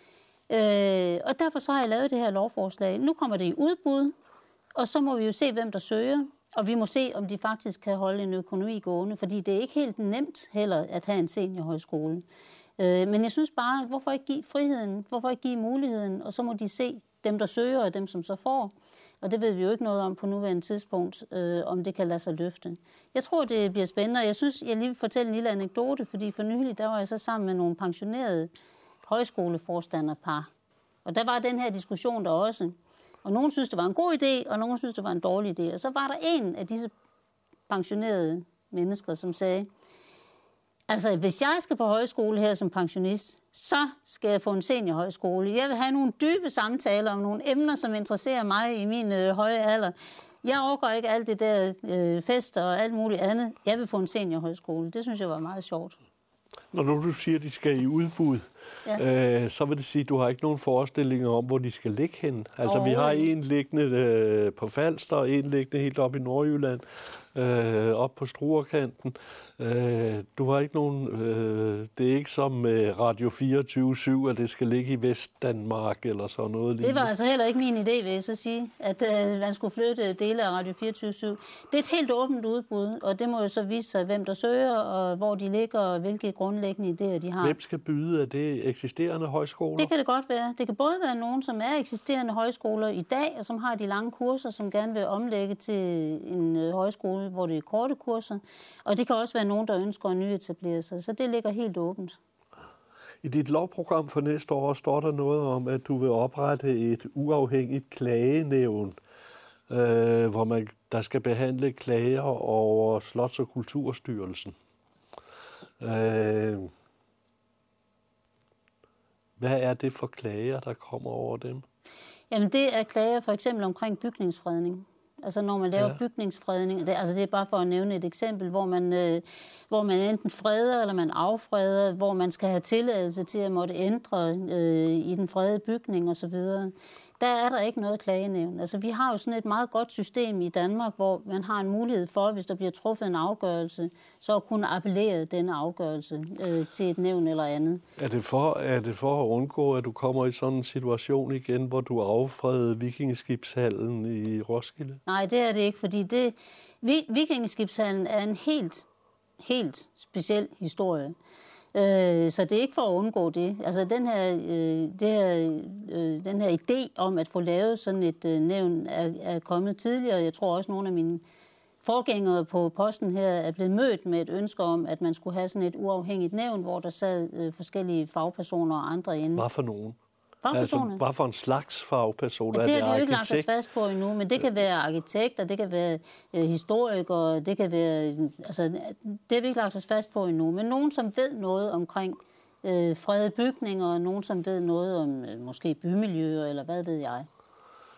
B: Øh, og derfor så har jeg lavet det her lovforslag. Nu kommer det i udbud, og så må vi jo se, hvem der søger, og vi må se, om de faktisk kan holde en økonomi gående, fordi det er ikke helt nemt heller at have en seniorhøjskole. Øh, men jeg synes bare, hvorfor ikke give friheden, hvorfor ikke give muligheden, og så må de se dem, der søger, og dem, som så får. Og det ved vi jo ikke noget om på nuværende tidspunkt, øh, om det kan lade sig løfte. Jeg tror, det bliver spændende, og jeg synes, jeg lige vil fortælle en lille anekdote, fordi for nylig, der var jeg så sammen med nogle pensionerede højskoleforstanderpar. Og der var den her diskussion der også. Og nogen synes, det var en god idé, og nogen synes, det var en dårlig idé. Og så var der en af disse pensionerede mennesker, som sagde, altså, hvis jeg skal på højskole her som pensionist, så skal jeg på en seniorhøjskole. Jeg vil have nogle dybe samtaler om nogle emner, som interesserer mig i min øh, høje alder. Jeg overgår ikke alt det der øh, fester og alt muligt andet. Jeg vil på en seniorhøjskole. Det synes jeg var meget sjovt.
A: Når nu du siger, at de skal i udbud, ja. øh, så vil det sige, at du har ikke nogen forestillinger om, hvor de skal ligge hen. Altså, vi har en liggende øh, på Falster, og en liggende helt op i Nordjylland, øh, op på Struerkanten. Øh, du har ikke nogen... Øh, det er ikke som øh, Radio fireogtyve syv, at det skal ligge i Vestdanmark eller sådan noget lignende.
B: Det var altså heller ikke min idé, vil jeg så sige, at øh, man skulle flytte dele af Radio fireogtyve syv. Det er et helt åbent udbud, og det må jo så vise sig, hvem der søger, og hvor de ligger, og hvilke grundlæggende idéer de har.
A: Hvem skal byde? Er det eksisterende højskoler?
B: Det kan det godt være. Det kan både være nogen, som er eksisterende højskoler i dag, og som har de lange kurser, som gerne vil omlægge til en øh, højskole, hvor det er korte kurser. Og det kan også være nogen, der ønsker at nyetablere sig. Så det ligger helt åbent.
A: I dit lovprogram for næste år står der noget om, at du vil oprette et uafhængigt klagenævn, øh, hvor man, der skal behandle klager over Slots- og Kulturstyrelsen. Øh, hvad er det for klager, der kommer over dem?
B: Jamen, det er klager for eksempel omkring bygningsfredning. Altså når man laver ja. bygningsfredning, det, altså det er bare for at nævne et eksempel, hvor man, øh, hvor man enten freder eller man affreder, hvor man skal have tilladelse til at måtte ændre øh, i den fredede bygning osv. Der er der ikke noget klagenævn. Altså vi har jo sådan et meget godt system i Danmark, hvor man har en mulighed for, hvis der bliver truffet en afgørelse, så at kunne appellere denne afgørelse øh, til et nævn eller andet. Er det, for,
A: er det for at undgå, at du kommer i sådan en situation igen, hvor du affredede Vikingeskibshallen i Roskilde?
B: Nej, det er det ikke, fordi det, Vikingeskibshallen er en helt, helt speciel historie. Så det er ikke for at undgå det. Altså den her, det her, den her idé om at få lavet sådan et nævn er, er kommet tidligere. Jeg tror også, at nogle af mine forgængere på posten her er blevet mødt med et ønske om, at man skulle have sådan et uafhængigt nævn, hvor der sad forskellige fagpersoner og andre inde.
A: Hvad for nogen?
B: Fagpersoner. Altså,
A: hvad for en slags fagpersoner?
B: Ja, det har vi jo ikke lagt os fast på endnu, men det kan være arkitekter, det kan være øh, historikere, det kan være... Altså, det har vi ikke lagt os fast på endnu, men nogen, som ved noget omkring øh, fredede bygninger, og nogen, som ved noget om øh, måske bymiljøer, eller hvad ved jeg.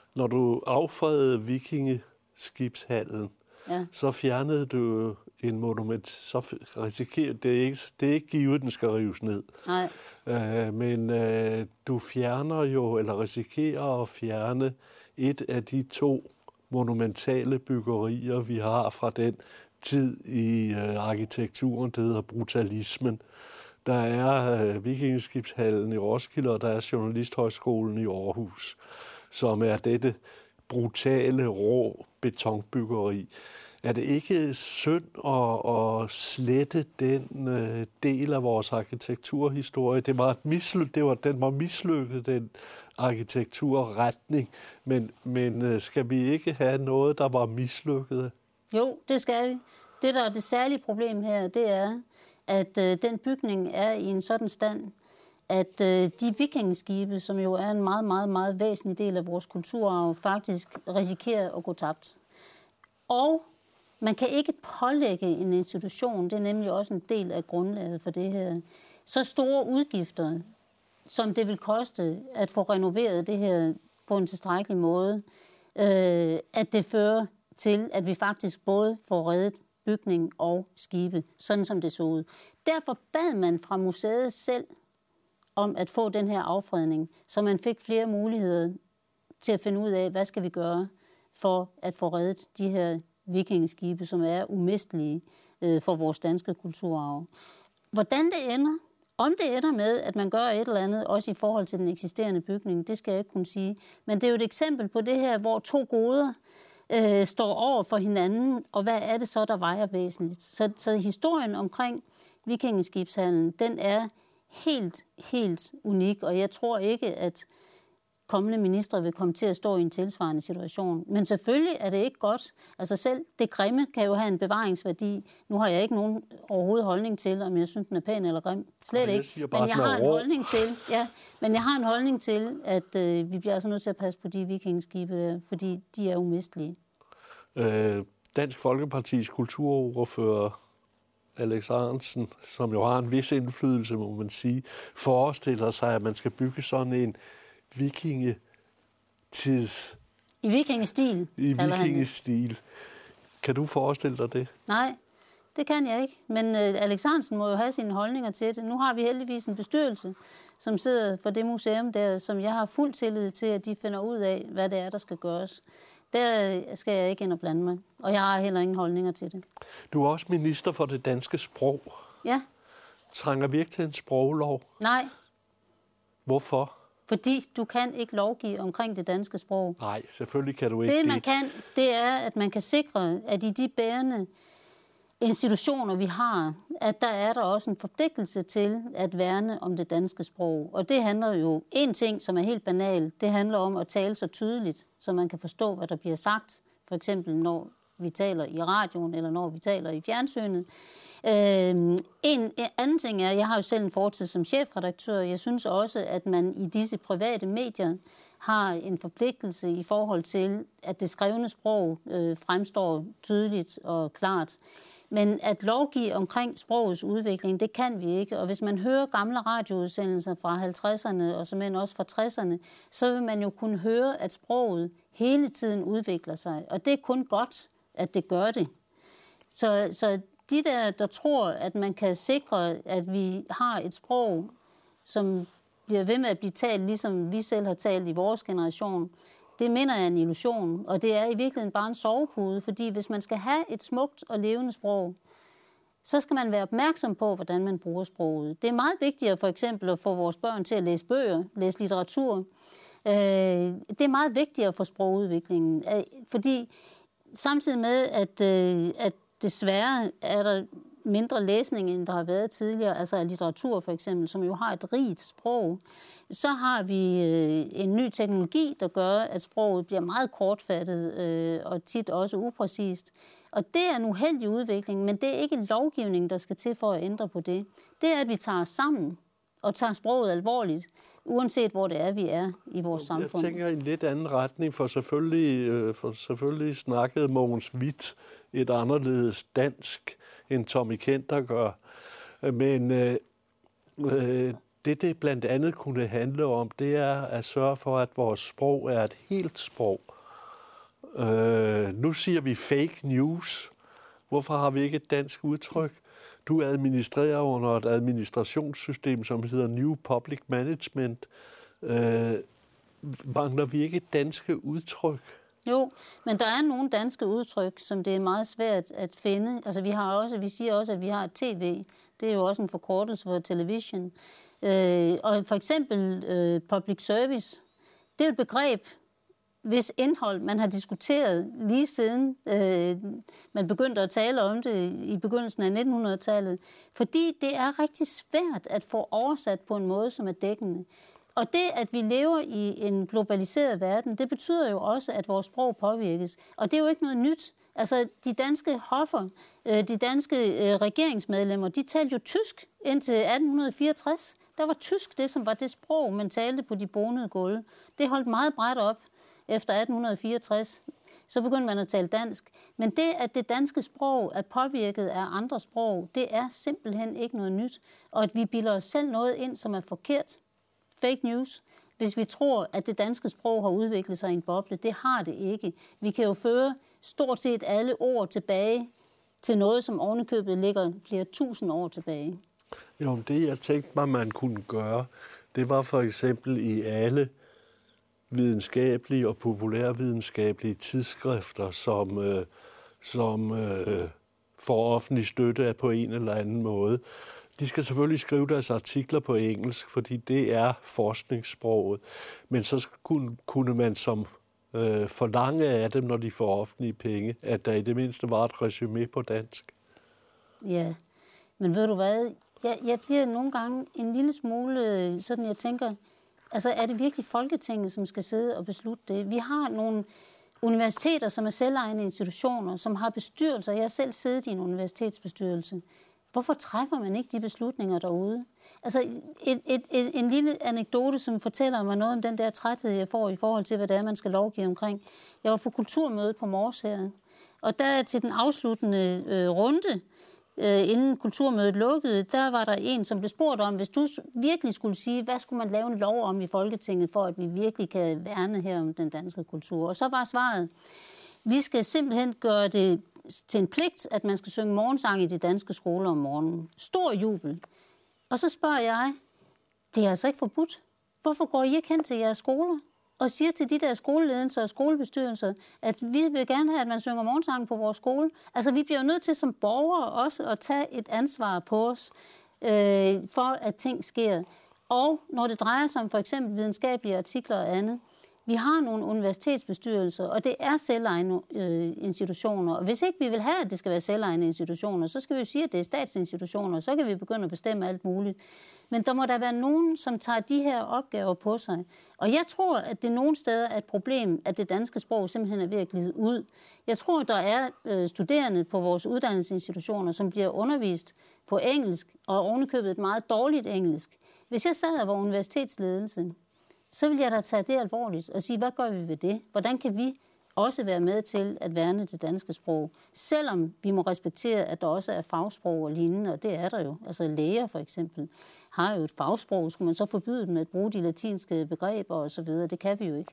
A: Når du affredede vikingeskibshallen, ja. så fjernede du en monument, så risikerer det er ikke, det er ikke givet, den skal rives ned.
B: Nej.
A: Øh, men øh, du fjerner jo, eller risikerer at fjerne et af de to monumentale byggerier, vi har fra den tid i øh, arkitekturen, det hedder brutalismen. Der er øh, vikingeskibshallen i Roskilde, og der er Journalisthøjskolen i Aarhus, som er dette brutale, rå betonbyggeri. Er det ikke synd at, at slette den øh, del af vores arkitekturhistorie? Det var, et misly- det var den var mislykket, den arkitekturretning, men, men øh, skal vi ikke have noget, der var mislykket?
B: Jo, det skal vi. Det, der er det særlige problem her, det er, at øh, den bygning er i en sådan stand, at øh, de vikingeskibe, som jo er en meget, meget, meget væsentlig del af vores kulturarv, faktisk risikerer at gå tabt. Og man kan ikke pålægge en institution, det er nemlig også en del af grundlaget for det her, så store udgifter, som det vil koste at få renoveret det her på en tilstrækkelig måde, øh, at det fører til, at vi faktisk både får reddet bygning og skibe, sådan som det så ud. Derfor bad man fra museet selv om at få den her affredning, så man fik flere muligheder til at finde ud af, hvad skal vi gøre for at få reddet de her vikingeskibe, som er umistelige øh, for vores danske kulturarv. Hvordan det ender, om det ender med, at man gør et eller andet, også i forhold til den eksisterende bygning, det skal jeg ikke kunne sige. Men det er jo et eksempel på det her, hvor to goder øh, står over for hinanden, og hvad er det så, der vejer væsentligt? Så, så historien omkring vikingeskibshallen, den er helt, helt unik, og jeg tror ikke, at kommende ministre vil komme til at stå i en tilsvarende situation. Men selvfølgelig er det ikke godt. Altså selv det grimme kan jo have en bevaringsværdi. Nu har jeg ikke nogen overhovedet holdning til, om jeg synes, den er pæn eller grim. Slet
A: jeg
B: ikke.
A: Bare,
B: men jeg har en holdning til, ja, men jeg har en holdning til, at øh, vi bliver altså nødt til at passe på de vikingeskibe, fordi de er umistelige.
A: Øh, Dansk Folkepartis kulturordfører Alex Ahrendtsen, som jo har en vis indflydelse, må man sige, forestiller sig, at man skal bygge sådan en vikingetids...
B: I vikingestil.
A: I vikingestil. Kan du forestille dig det?
B: Nej, det kan jeg ikke. Men uh, Alex Ahrendtsen må jo have sine holdninger til det. Nu har vi heldigvis en bestyrelse, som sidder for det museum der, som jeg har fuld tillid til, at de finder ud af, hvad det er, der skal gøres. Der skal jeg ikke ind og blande mig. Og jeg har heller ingen holdninger til det.
A: Du er også minister for det danske sprog.
B: Ja.
A: Trænger vi ikke til en sproglov?
B: Nej.
A: Hvorfor?
B: Fordi du kan ikke lovgive omkring det danske sprog.
A: Nej, selvfølgelig kan du ikke
B: det.
A: Det,
B: man kan, det er, at man kan sikre, at i de bærende institutioner, vi har, at der er der også en forpligtelse til at værne om det danske sprog. Og det handler jo, en ting, som er helt banal, det handler om at tale så tydeligt, så man kan forstå, hvad der bliver sagt. For eksempel, når vi taler i radioen, eller når vi taler i fjernsynet. Øh, en anden ting er, jeg har jo selv en fortid som chefredaktør. Jeg synes også, at man i disse private medier har en forpligtelse i forhold til, at det skrevne sprog øh, fremstår tydeligt og klart. Men at lovgive omkring sprogets udvikling, det kan vi ikke. Og hvis man hører gamle radioudsendelser fra halvtredserne og som end også fra tresserne, så vil man jo kunne høre, at sproget hele tiden udvikler sig. Og det er kun godt, at det gør det. Så, så de der, der tror, at man kan sikre, at vi har et sprog, som bliver ved med at blive talt, ligesom vi selv har talt i vores generation, det mener jeg er en illusion, og det er i virkeligheden bare en sovepude, fordi hvis man skal have et smukt og levende sprog, så skal man være opmærksom på, hvordan man bruger sproget. Det er meget vigtigere for eksempel at få vores børn til at læse bøger, læse litteratur. Det er meget vigtigere for sprogudviklingen, fordi samtidig med, at, at desværre er der mindre læsning, end der har været tidligere, altså af litteratur for eksempel, som jo har et rigt sprog, så har vi øh, en ny teknologi, der gør, at sproget bliver meget kortfattet øh, og tit også upræcist. Og det er en uheldig udvikling, men det er ikke lovgivning, der skal til for at ændre på det. Det er, at vi tager os sammen og tager sproget alvorligt, uanset hvor det er, vi er i vores samfund.
A: Jeg tænker i en lidt anden retning, for selvfølgelig, øh, for selvfølgelig snakkede Mogens Wieth et anderledes dansk, end Tommy Kenter gør. Men øh, øh, det, det blandt andet kunne handle om, det er at sørge for, at vores sprog er et helt sprog. Øh, nu siger vi fake news. Hvorfor har vi ikke et dansk udtryk? Du administrerer under et administrationssystem, som hedder New Public Management. Øh, mangler vi ikke et danske udtryk?
B: Jo, men der er nogle danske udtryk, som det er meget svært at finde. Altså vi har også, vi siger også, at vi har et tv. Det er jo også en forkortelse for television. Øh, og for eksempel øh, public service, det er et begreb, hvis indhold man har diskuteret lige siden øh, man begyndte at tale om det i begyndelsen af nittenhundredetallet, fordi det er rigtig svært at få oversat på en måde, som er dækkende. Og det, at vi lever i en globaliseret verden, det betyder jo også, at vores sprog påvirkes. Og det er jo ikke noget nyt. Altså, de danske hoffer, de danske regeringsmedlemmer, de talte jo tysk indtil atten fireogtres. Der var tysk det, som var det sprog, man talte på de bonede gulve. Det holdt meget bredt op efter atten fireogtres. Så begyndte man at tale dansk. Men det, at det danske sprog er påvirket af andre sprog, det er simpelthen ikke noget nyt. Og at vi bilder os selv noget ind, som er forkert, fake news, hvis vi tror, at det danske sprog har udviklet sig i en boble. Det har det ikke. Vi kan jo føre stort set alle ord tilbage til noget, som ovenikøbet ligger flere tusind år tilbage.
A: Jo, det jeg tænkte mig, man kunne gøre, det var for eksempel i alle videnskabelige og populærvidenskabelige tidsskrifter, som, øh, som øh, får offentlig støtte på en eller anden måde. De skal selvfølgelig skrive deres artikler på engelsk, fordi det er forskningssproget. Men så kunne, kunne man som øh, forlange af dem, når de får offentlige penge, at der i det mindste var et resumé på dansk.
B: Ja, men ved du hvad? Jeg, jeg bliver nogle gange en lille smule sådan, jeg tænker, altså er det virkelig Folketinget, som skal sidde og beslutte det? Vi har nogle universiteter, som er selvejende institutioner, som har bestyrelser. Jeg har selv siddet i en universitetsbestyrelse. Hvorfor træffer man ikke de beslutninger derude? Altså et, et, et, en lille anekdote, som fortæller mig noget om den der træthed, jeg får i forhold til, hvad det er, man skal lovgive omkring. Jeg var på kulturmødet på Mors her, og der til den afsluttende øh, runde, øh, inden kulturmødet lukkede, der var der en, som blev spurgt om, hvis du virkelig skulle sige, hvad skulle man lave en lov om i Folketinget, for at vi virkelig kan værne her om den danske kultur? Og så var svaret, vi skal simpelthen gøre det til en pligt, at man skal synge morgensang i de danske skoler om morgenen. Stor jubel. Og så spørger jeg, det er altså ikke forbudt. Hvorfor går I ikke hen til jeres skoler og siger til de der skoleledelser og skolebestyrelser, at vi vil gerne have, at man synger morgensang på vores skole? Altså, vi bliver nødt til som borgere også at tage et ansvar på os, øh, for at ting sker. Og når det drejer sig om for eksempel videnskabelige artikler og andet, vi har nogle universitetsbestyrelser, og det er selvejende øh, institutioner. Og hvis ikke vi vil have, at det skal være selvejende institutioner, så skal vi jo sige, at det er statsinstitutioner, så kan vi begynde at bestemme alt muligt. Men der må der være nogen, som tager de her opgaver på sig. Og jeg tror, at det nogle steder er et problem, at det danske sprog simpelthen er ved at glide ud. Jeg tror, der er øh, studerende på vores uddannelsesinstitutioner, som bliver undervist på engelsk, og ovenikøbet et meget dårligt engelsk. Hvis jeg sad og var universitetsledelse, så vil jeg da tage det alvorligt og sige, hvad gør vi ved det? Hvordan kan vi også være med til at værne det danske sprog? Selvom vi må respektere, at der også er fagsprog og lignende, og det er der jo. Altså læger for eksempel har jo et fagsprog. Skulle man så forbyde dem at bruge de latinske begreber og så videre? Det kan vi jo ikke.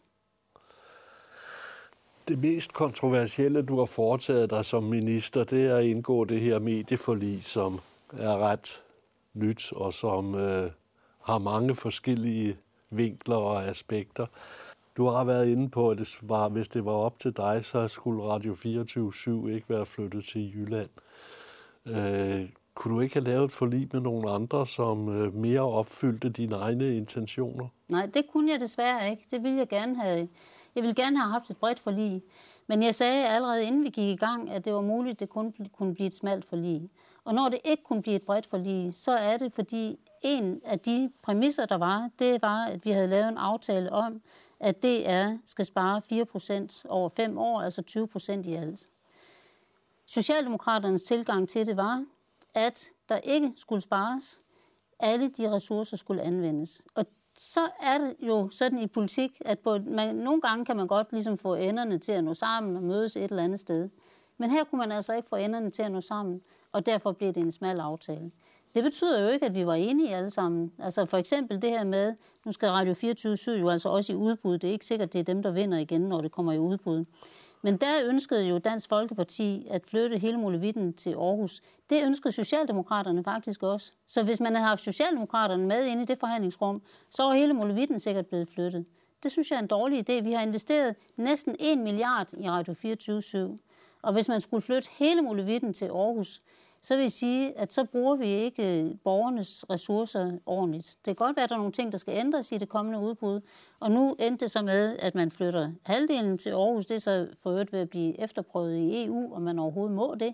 A: Det mest kontroversielle, du har foretaget dig som minister, det er at indgå det her medieforlig, som er ret nyt og som øh, har mange forskellige vinkler og aspekter. Du har været inde på, at det var, hvis det var op til dig, så skulle Radio fireogtyve syv ikke være flyttet til Jylland. Øh, kunne du ikke have lavet et forlig med nogle andre, som øh, mere opfyldte dine egne intentioner?
B: Nej, det kunne jeg desværre ikke. Det ville jeg gerne have. Jeg ville gerne have haft et bredt forlig. Men jeg sagde allerede, inden vi gik i gang, at det var muligt, at det kun kunne blive et smalt forlig. Og når det ikke kunne blive et bredt forlig, så er det, fordi en af de præmisser, der var, det var, at vi havde lavet en aftale om, at D R skal spare fire procent over fem år, altså tyve procent i alt. Socialdemokraternes tilgang til det var, at der ikke skulle spares. Alle de ressourcer skulle anvendes. Og så er det jo sådan i politik, at på, man, nogle gange kan man godt ligesom få enderne til at nå sammen og mødes et eller andet sted. Men her kunne man altså ikke få enderne til at nå sammen, og derfor blev det en smal aftale. Det betyder jo ikke, at vi var enige alle sammen. Altså for eksempel det her med, nu skal Radio fireogtyve syv jo altså også i udbud. Det er ikke sikkert, det er dem, der vinder igen, når det kommer i udbud. Men der ønskede jo Dansk Folkeparti at flytte hele molevitten til Aarhus. Det ønskede Socialdemokraterne faktisk også. Så hvis man havde haft Socialdemokraterne med inde i det forhandlingsrum, så var hele molevitten sikkert blevet flyttet. Det synes jeg er en dårlig idé. Vi har investeret næsten en milliard i Radio fireogtyve syv. Og hvis man skulle flytte hele molevitten til Aarhus, så vil jeg sige, at så bruger vi ikke borgernes ressourcer ordentligt. Det kan godt være, at der er nogle ting, der skal ændres i det kommende udbud. Og nu endte det så med, at man flytter halvdelen til Aarhus. Det er så for øvrigt ved at blive efterprøvet i E U, om man overhovedet må det.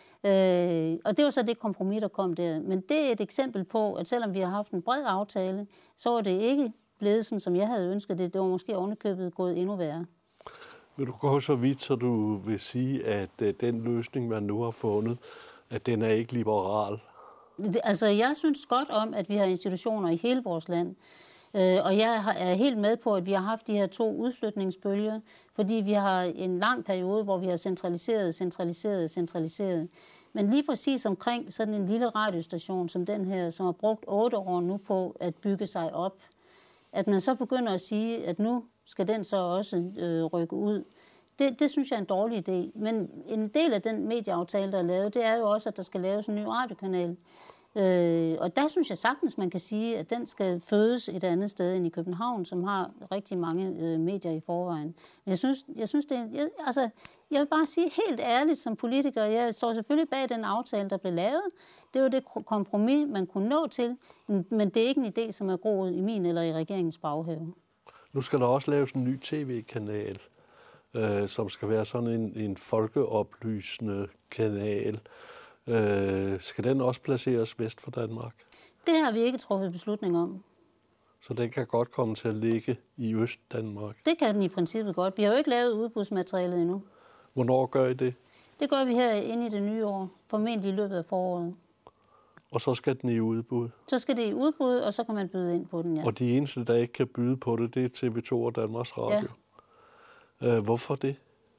B: Øh, og det var så det kompromis, der kom der. Men det er et eksempel på, at selvom vi har haft en bred aftale, så var det ikke blevet sådan, som jeg havde ønsket det. Det var måske ovenikøbet gået endnu værre.
A: Vil du gå så vidt, så du vil sige, at den løsning, man nu har fundet, at den er ikke liberal?
B: Altså, jeg synes godt om, at vi har institutioner i hele vores land. Og jeg er helt med på, at vi har haft de her to udflytningsbølger, fordi vi har en lang periode, hvor vi har centraliseret, centraliseret, centraliseret. Men lige præcis omkring sådan en lille radiostation som den her, som har brugt otte år nu på at bygge sig op, at man så begynder at sige, at nu skal den så også øh, rykke ud. Det, det synes jeg er en dårlig idé. Men en del af den medieaftale, der er lavet, det er jo også, at der skal laves en ny radiokanal. Øh, og der synes jeg sagtens, man kan sige, at den skal fødes et andet sted end i København, som har rigtig mange øh, medier i forvejen. Men jeg synes, jeg synes det er, jeg, altså, jeg vil bare sige helt ærligt som politiker, jeg står selvfølgelig bag den aftale, der blev lavet. Det var det kompromis, man kunne nå til, men det er ikke en idé, som er groet i min eller i regeringens baghave.
A: Nu skal der også laves en ny tv-kanal, øh, som skal være sådan en, en folkeoplysende kanal. Øh, skal den også placeres vest for Danmark?
B: Det har vi ikke truffet beslutning om.
A: Så den kan godt komme til at ligge i Øst-Danmark?
B: Det kan den i princippet godt. Vi har jo ikke lavet udbudsmaterialet endnu.
A: Hvornår gør I det?
B: Det gør vi her inde i det nye år, formentlig i løbet af foråret.
A: Og så skal den i udbud? Så
B: skal det i udbud, og så kan man byde ind på den, ja.
A: Og de eneste, der ikke kan byde på det, det er T V to og Danmarks Radio? Ja. Øh, hvorfor det?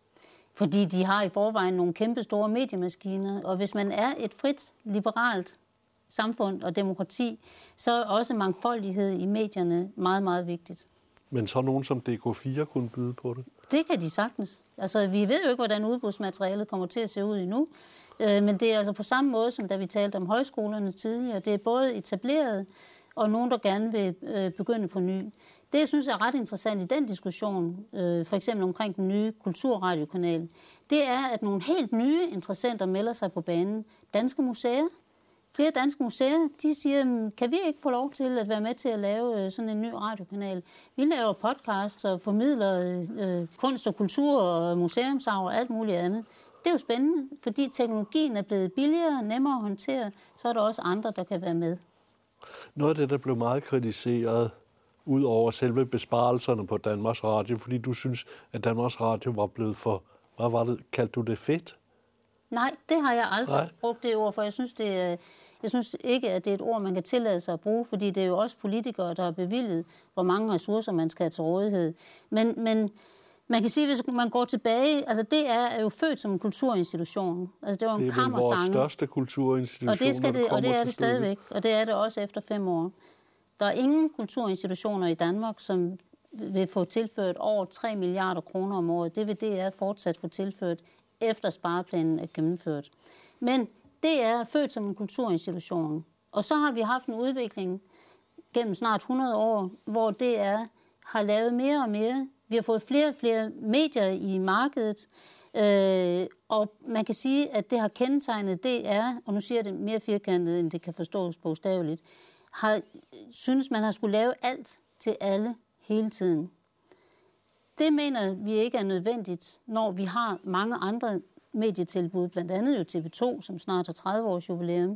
B: Fordi de har i forvejen nogle kæmpe store mediemaskiner, og hvis man er et frit, liberalt samfund og demokrati, så er også mangfoldighed i medierne meget, meget vigtigt.
A: Men så nogen som D K fire kunne byde på det?
B: Det kan de sagtens. Altså, vi ved jo ikke, hvordan udbudsmaterialet kommer til at se ud endnu, øh, men det er altså på samme måde, som da vi talte om højskolerne tidligere. Det er både etableret og nogen, der gerne vil øh, begynde på ny. Det, jeg synes er ret interessant i den diskussion, øh, for eksempel omkring den nye kulturradiokanal, det er, at nogle helt nye interessenter melder sig på banen. Danske museer. Flere danske museer, de siger, kan vi ikke få lov til at være med til at lave øh, sådan en ny radiokanal? Vi laver podcasts og formidler øh, kunst og kultur og museumsarv og alt muligt andet. Det er jo spændende, fordi teknologien er blevet billigere, nemmere at håndtere, så er der også andre, der kan være med.
A: Noget af det, der blev meget kritiseret, ud over selve besparelserne på Danmarks Radio, fordi du synes, at Danmarks Radio var blevet for, hvad var det, kaldte du det fedt?
B: Nej, det har jeg aldrig
A: Nej.
B: brugt det ord, for jeg synes, det er, jeg synes ikke, at det er et ord, man kan tillade sig at bruge, fordi det er jo også politikere, der har bevilget, hvor mange ressourcer man skal have til rådighed. Men, men man kan sige, hvis man går tilbage, altså det er jo født som en kulturinstitution. Altså det var en kammersange.
A: Det er vores største kulturinstitution,
B: og det, skal det, og det er det stadigvæk,
A: stykket.
B: Og det er det også efter fem år. Der er ingen kulturinstitutioner i Danmark, som vil få tilført over tre milliarder kroner om året. Det vil D R fortsat få tilført, efter spareplanen er gennemført. Men det er født som en kulturinstitution. Og så har vi haft en udvikling gennem snart hundrede år, hvor D R har lavet mere og mere. Vi har fået flere og flere medier i markedet, øh, og man kan sige, at det har kendetegnet D R, og nu siger jeg det mere firkantet, end det kan forstås bogstaveligt, har synes, man har skulle lave alt til alle hele tiden. Det mener vi ikke er nødvendigt, når vi har mange andre medietilbud, blandt andet jo T V to, som snart har tredive års jubilæum.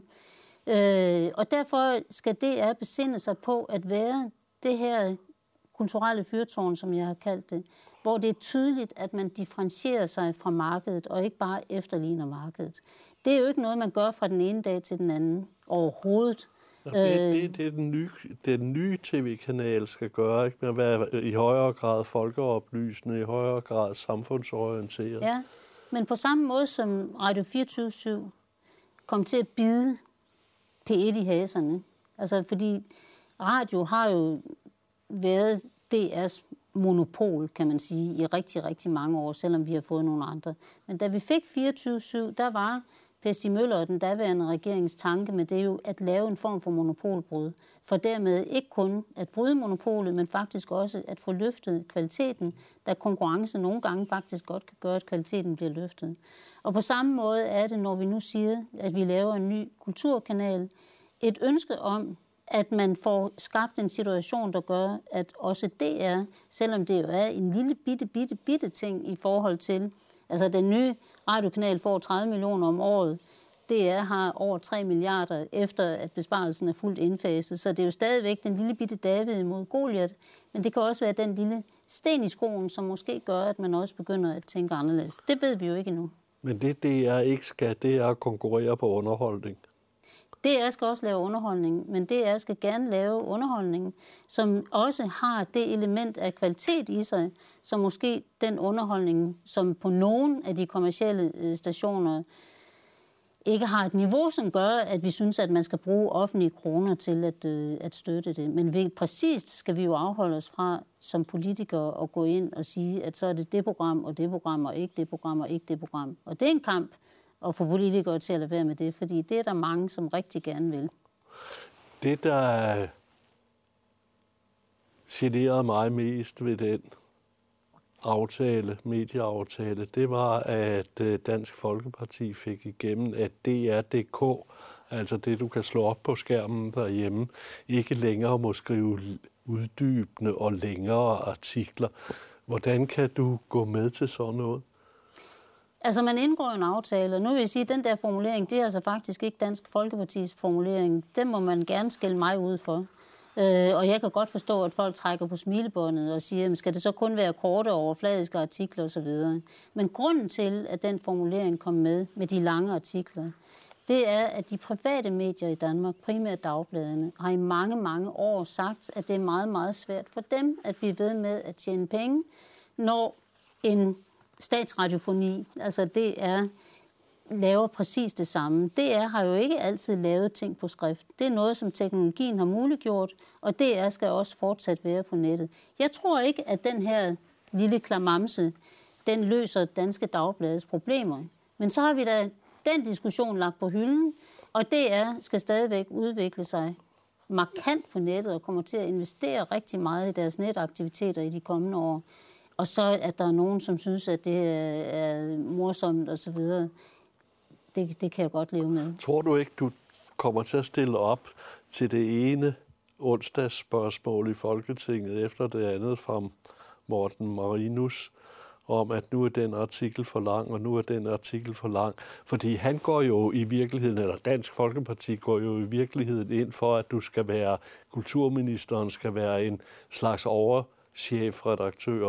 B: Øh, og derfor skal D R besinde sig på at være det her kulturelle fyrtårn, som jeg har kaldt det, hvor det er tydeligt, at man differentierer sig fra markedet, og ikke bare efterligner markedet. Det er jo ikke noget, man gør fra den ene dag til den anden overhovedet.
A: Ja, det, det, det er den nye, den nye tv-kanal skal gøre, ikke? Med at være i højere grad folkeoplysende, i højere grad samfundsorienteret.
B: Ja, men på samme måde som Radio fireogtyve syv kom til at bide P et i haserne. Altså, fordi radio har jo været D R's monopol, kan man sige, i rigtig, rigtig mange år, selvom vi har fået nogle andre. Men da vi fik fireogtyve syv, der var Per Stig Møller og den daværende regerings tanke med det jo at lave en form for monopolbrud. For dermed ikke kun at bryde monopolet, men faktisk også at få løftet kvaliteten, da konkurrence nogle gange faktisk godt kan gøre, at kvaliteten bliver løftet. Og på samme måde er det, når vi nu siger, at vi laver en ny kulturkanal, et ønske om, at man får skabt en situation, der gør, at også D R, selvom det jo er en lille bitte, bitte, bitte ting i forhold til, altså den nye radiokanal får tredive millioner om året, D R har over tre milliarder efter, at besparelsen er fuldt indfaset, så det er jo stadigvæk den lille bitte David mod Goliat, men det kan også være den lille sten i skoen, som måske gør, at man også begynder at tænke anderledes. Det ved vi jo ikke endnu.
A: Men det D R ikke skal, det er at konkurrere på underholdning.
B: D R skal også lave underholdning, men D R skal gerne lave underholdning, som også har det element af kvalitet i sig, som måske den underholdning, som på nogle af de kommercielle stationer ikke har et niveau, som gør, at vi synes, at man skal bruge offentlige kroner til at, øh, at støtte det. Men vi, præcist skal vi jo afholde os fra som politikere at gå ind og sige, at så er det det program og det program og ikke det program og ikke det program. Og det er en kamp at få politikere til at lade være med det, fordi det er der mange, som rigtig gerne vil.
A: Det, der generede mig mest ved den aftale, medieaftale, det var, at Dansk Folkeparti fik igennem, at D R punktum D K, altså det, du kan slå op på skærmen derhjemme, ikke længere må skrive uddybende og længere artikler. Hvordan kan du gå med til sådan noget?
B: Altså, man indgår en aftale, og nu vil jeg sige, at den der formulering, det er altså faktisk ikke Dansk Folkepartis formulering. Den må man gerne skælde mig ud for. Øh, og jeg kan godt forstå, at folk trækker på smilebåndet og siger, skal det så kun være korte overfladiske artikler osv. Men grunden til, at den formulering kom med, med de lange artikler, det er, at de private medier i Danmark, primært dagbladene, har i mange, mange år sagt, at det er meget, meget svært for dem at blive ved med at tjene penge, når en statsradiofoni, altså D R, laver præcis det samme. D R har jo ikke altid lavet ting på skrift. Det er noget, som teknologien har muliggjort, og D R skal også fortsat være på nettet. Jeg tror ikke, at den her lille klamamse, den løser Danske Dagbladets problemer. Men så har vi da den diskussion lagt på hylden, og D R skal stadigvæk udvikle sig markant på nettet og kommer til at investere rigtig meget i deres netaktiviteter i de kommende år. Og så at der er nogen, som synes, at det er morsomt og så videre. Det, det kan jeg godt leve med.
A: Tror du ikke, du kommer til at stille op til det ene onsdagsspørgsmål i Folketinget efter det andet fra Morten Marinus, om at nu er den artikel for lang, og nu er den artikel for lang? Fordi han går jo i virkeligheden, eller Dansk Folkeparti går jo i virkeligheden ind for, at du skal være, kulturministeren skal være en slags overchefredaktør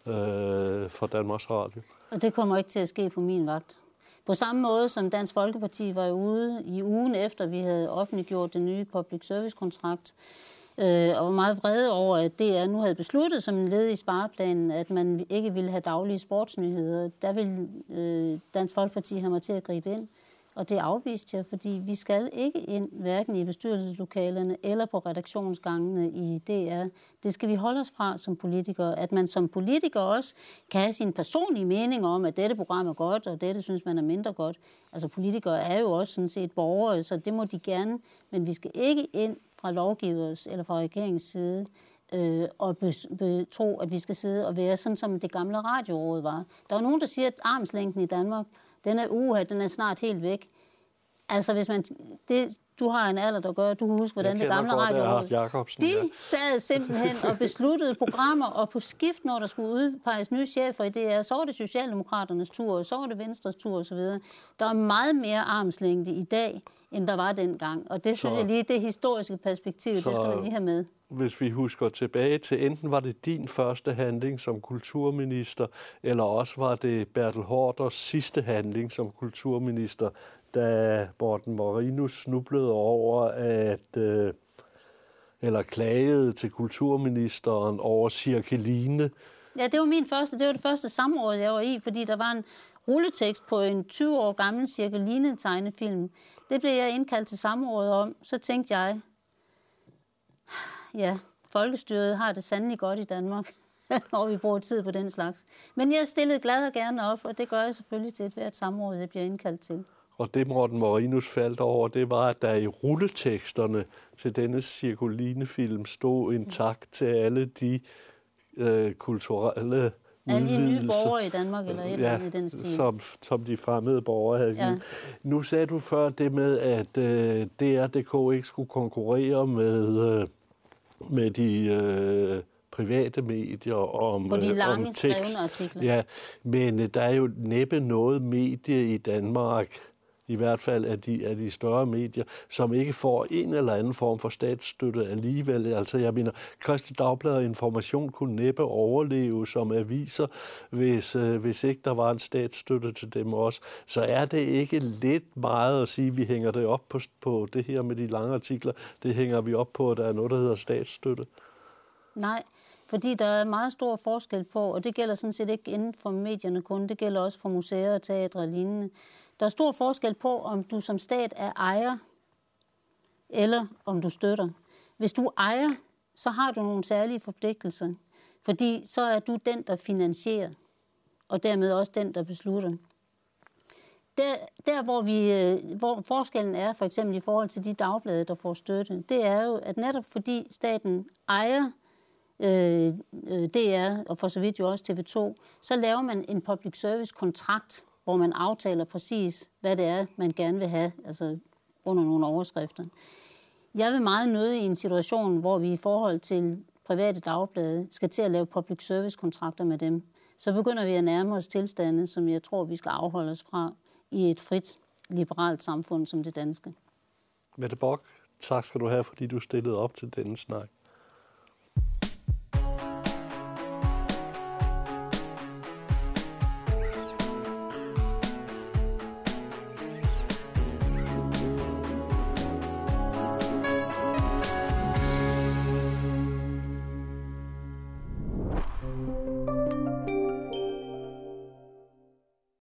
A: øh, for Danmarks Radio. Og
B: det kommer ikke til at ske på min vagt. På samme måde som Dansk Folkeparti var ude i ugen efter, vi havde offentliggjort den nye public service-kontrakt, øh, og var meget vrede over, at D R nu havde besluttet som en led i spareplanen, at man ikke ville have daglige sportsnyheder. Der ville øh, Dansk Folkeparti have mig til at gribe ind, og det er afvist her, fordi vi skal ikke ind, hverken i bestyrelseslokalerne eller på redaktionsgangene i D R. Det skal vi holde os fra som politikere. At man som politiker også kan have sin personlige mening om, at dette program er godt, og dette synes man er mindre godt. Altså politikere er jo også sådan set borgere, så det må de gerne. Men vi skal ikke ind fra lovgivers eller fra regeringens side øh, og tro, at vi skal sidde og være sådan, som det gamle radioråd var. Der er nogen, der siger, at armslængden i Danmark, den er uha, den er snart helt væk. Altså, hvis man... Det, du har en alder, der gør, du kan huske, hvordan det gamle radioråd... De ja. sad simpelthen og besluttede programmer, og på skift, når der skulle udpeges nye chefer i D R, så var det Socialdemokraternes tur, så var det Venstres tur osv. Der er meget mere armslængde i dag, end der var dengang. Og det synes så, jeg lige, det historiske perspektiv, så, det skal man lige have med.
A: Hvis vi husker tilbage til, enten var det din første handling som kulturminister, eller også var det Bertel Haarders sidste handling som kulturminister, da Morten Marinus snublede over, at, øh, eller klagede til kulturministeren over Cirkeline,
B: Ja, det var min første. Det var det første samråd, jeg var i, fordi der var en rulletekst på en tyve år gammel Cirkeline-tegnefilm. Det blev jeg indkaldt til samråd om. Så tænkte jeg, ja, folkestyret har det sandelig godt i Danmark, når vi bruger tid på den slags. Men jeg stillede glad og gerne op, og det gør jeg selvfølgelig til et hvert samråd, jeg bliver indkaldt til.
A: Og det, Morten Morinus faldt over, det var, at der i rulleteksterne til denne Cirkeline-film stod en tak til alle de øh, kulturelle
B: alle de nye borgere i Danmark, eller et eller andet i den stil.
A: Som, som de fremmede borgere havde givet. Ja. Nu sagde du før det med, at øh, D R punktum D K ikke skulle konkurrere med, øh, med de øh, private medier om,
B: på de lange,
A: om tekst.
B: artikler.
A: Ja, men øh, der er jo næppe noget medie i Danmark, i hvert fald af de, af de større medier, som ikke får en eller anden form for statsstøtte alligevel. Altså, jeg mener, Kristeligt Dagblad og Information kunne næppe overleve som aviser, hvis, øh, hvis ikke der var en statsstøtte til dem også. Så er det ikke lidt meget at sige, at vi hænger det op på, på det her med de lange artikler. Det hænger vi op på, at der er noget, der hedder statsstøtte.
B: Nej, fordi der er meget stor forskel på, og det gælder sådan set ikke inden for medierne kun, det gælder også for museer, teatre og lignende. Der er stor forskel på, om du som stat er ejer, eller om du støtter. Hvis du ejer, så har du nogle særlige forpligtelser, fordi så er du den, der finansierer, og dermed også den, der beslutter. Der, der hvor, vi, hvor forskellen er, for eksempel i forhold til de dagblade, der får støtte, det er jo, at netop fordi staten ejer øh, D R, og for så vidt jo også T V to, så laver man en public service kontrakt, hvor man aftaler præcis, hvad det er, man gerne vil have, altså under nogle overskrifter. Jeg vil meget nødig i en situation, hvor vi i forhold til private dagblade skal til at lave public service kontrakter med dem. Så begynder vi at nærme os tilstande, som jeg tror, vi skal afholde os fra i et frit, liberalt samfund som det danske.
A: Mette Bock, tak skal du have, fordi du stillede op til denne snak.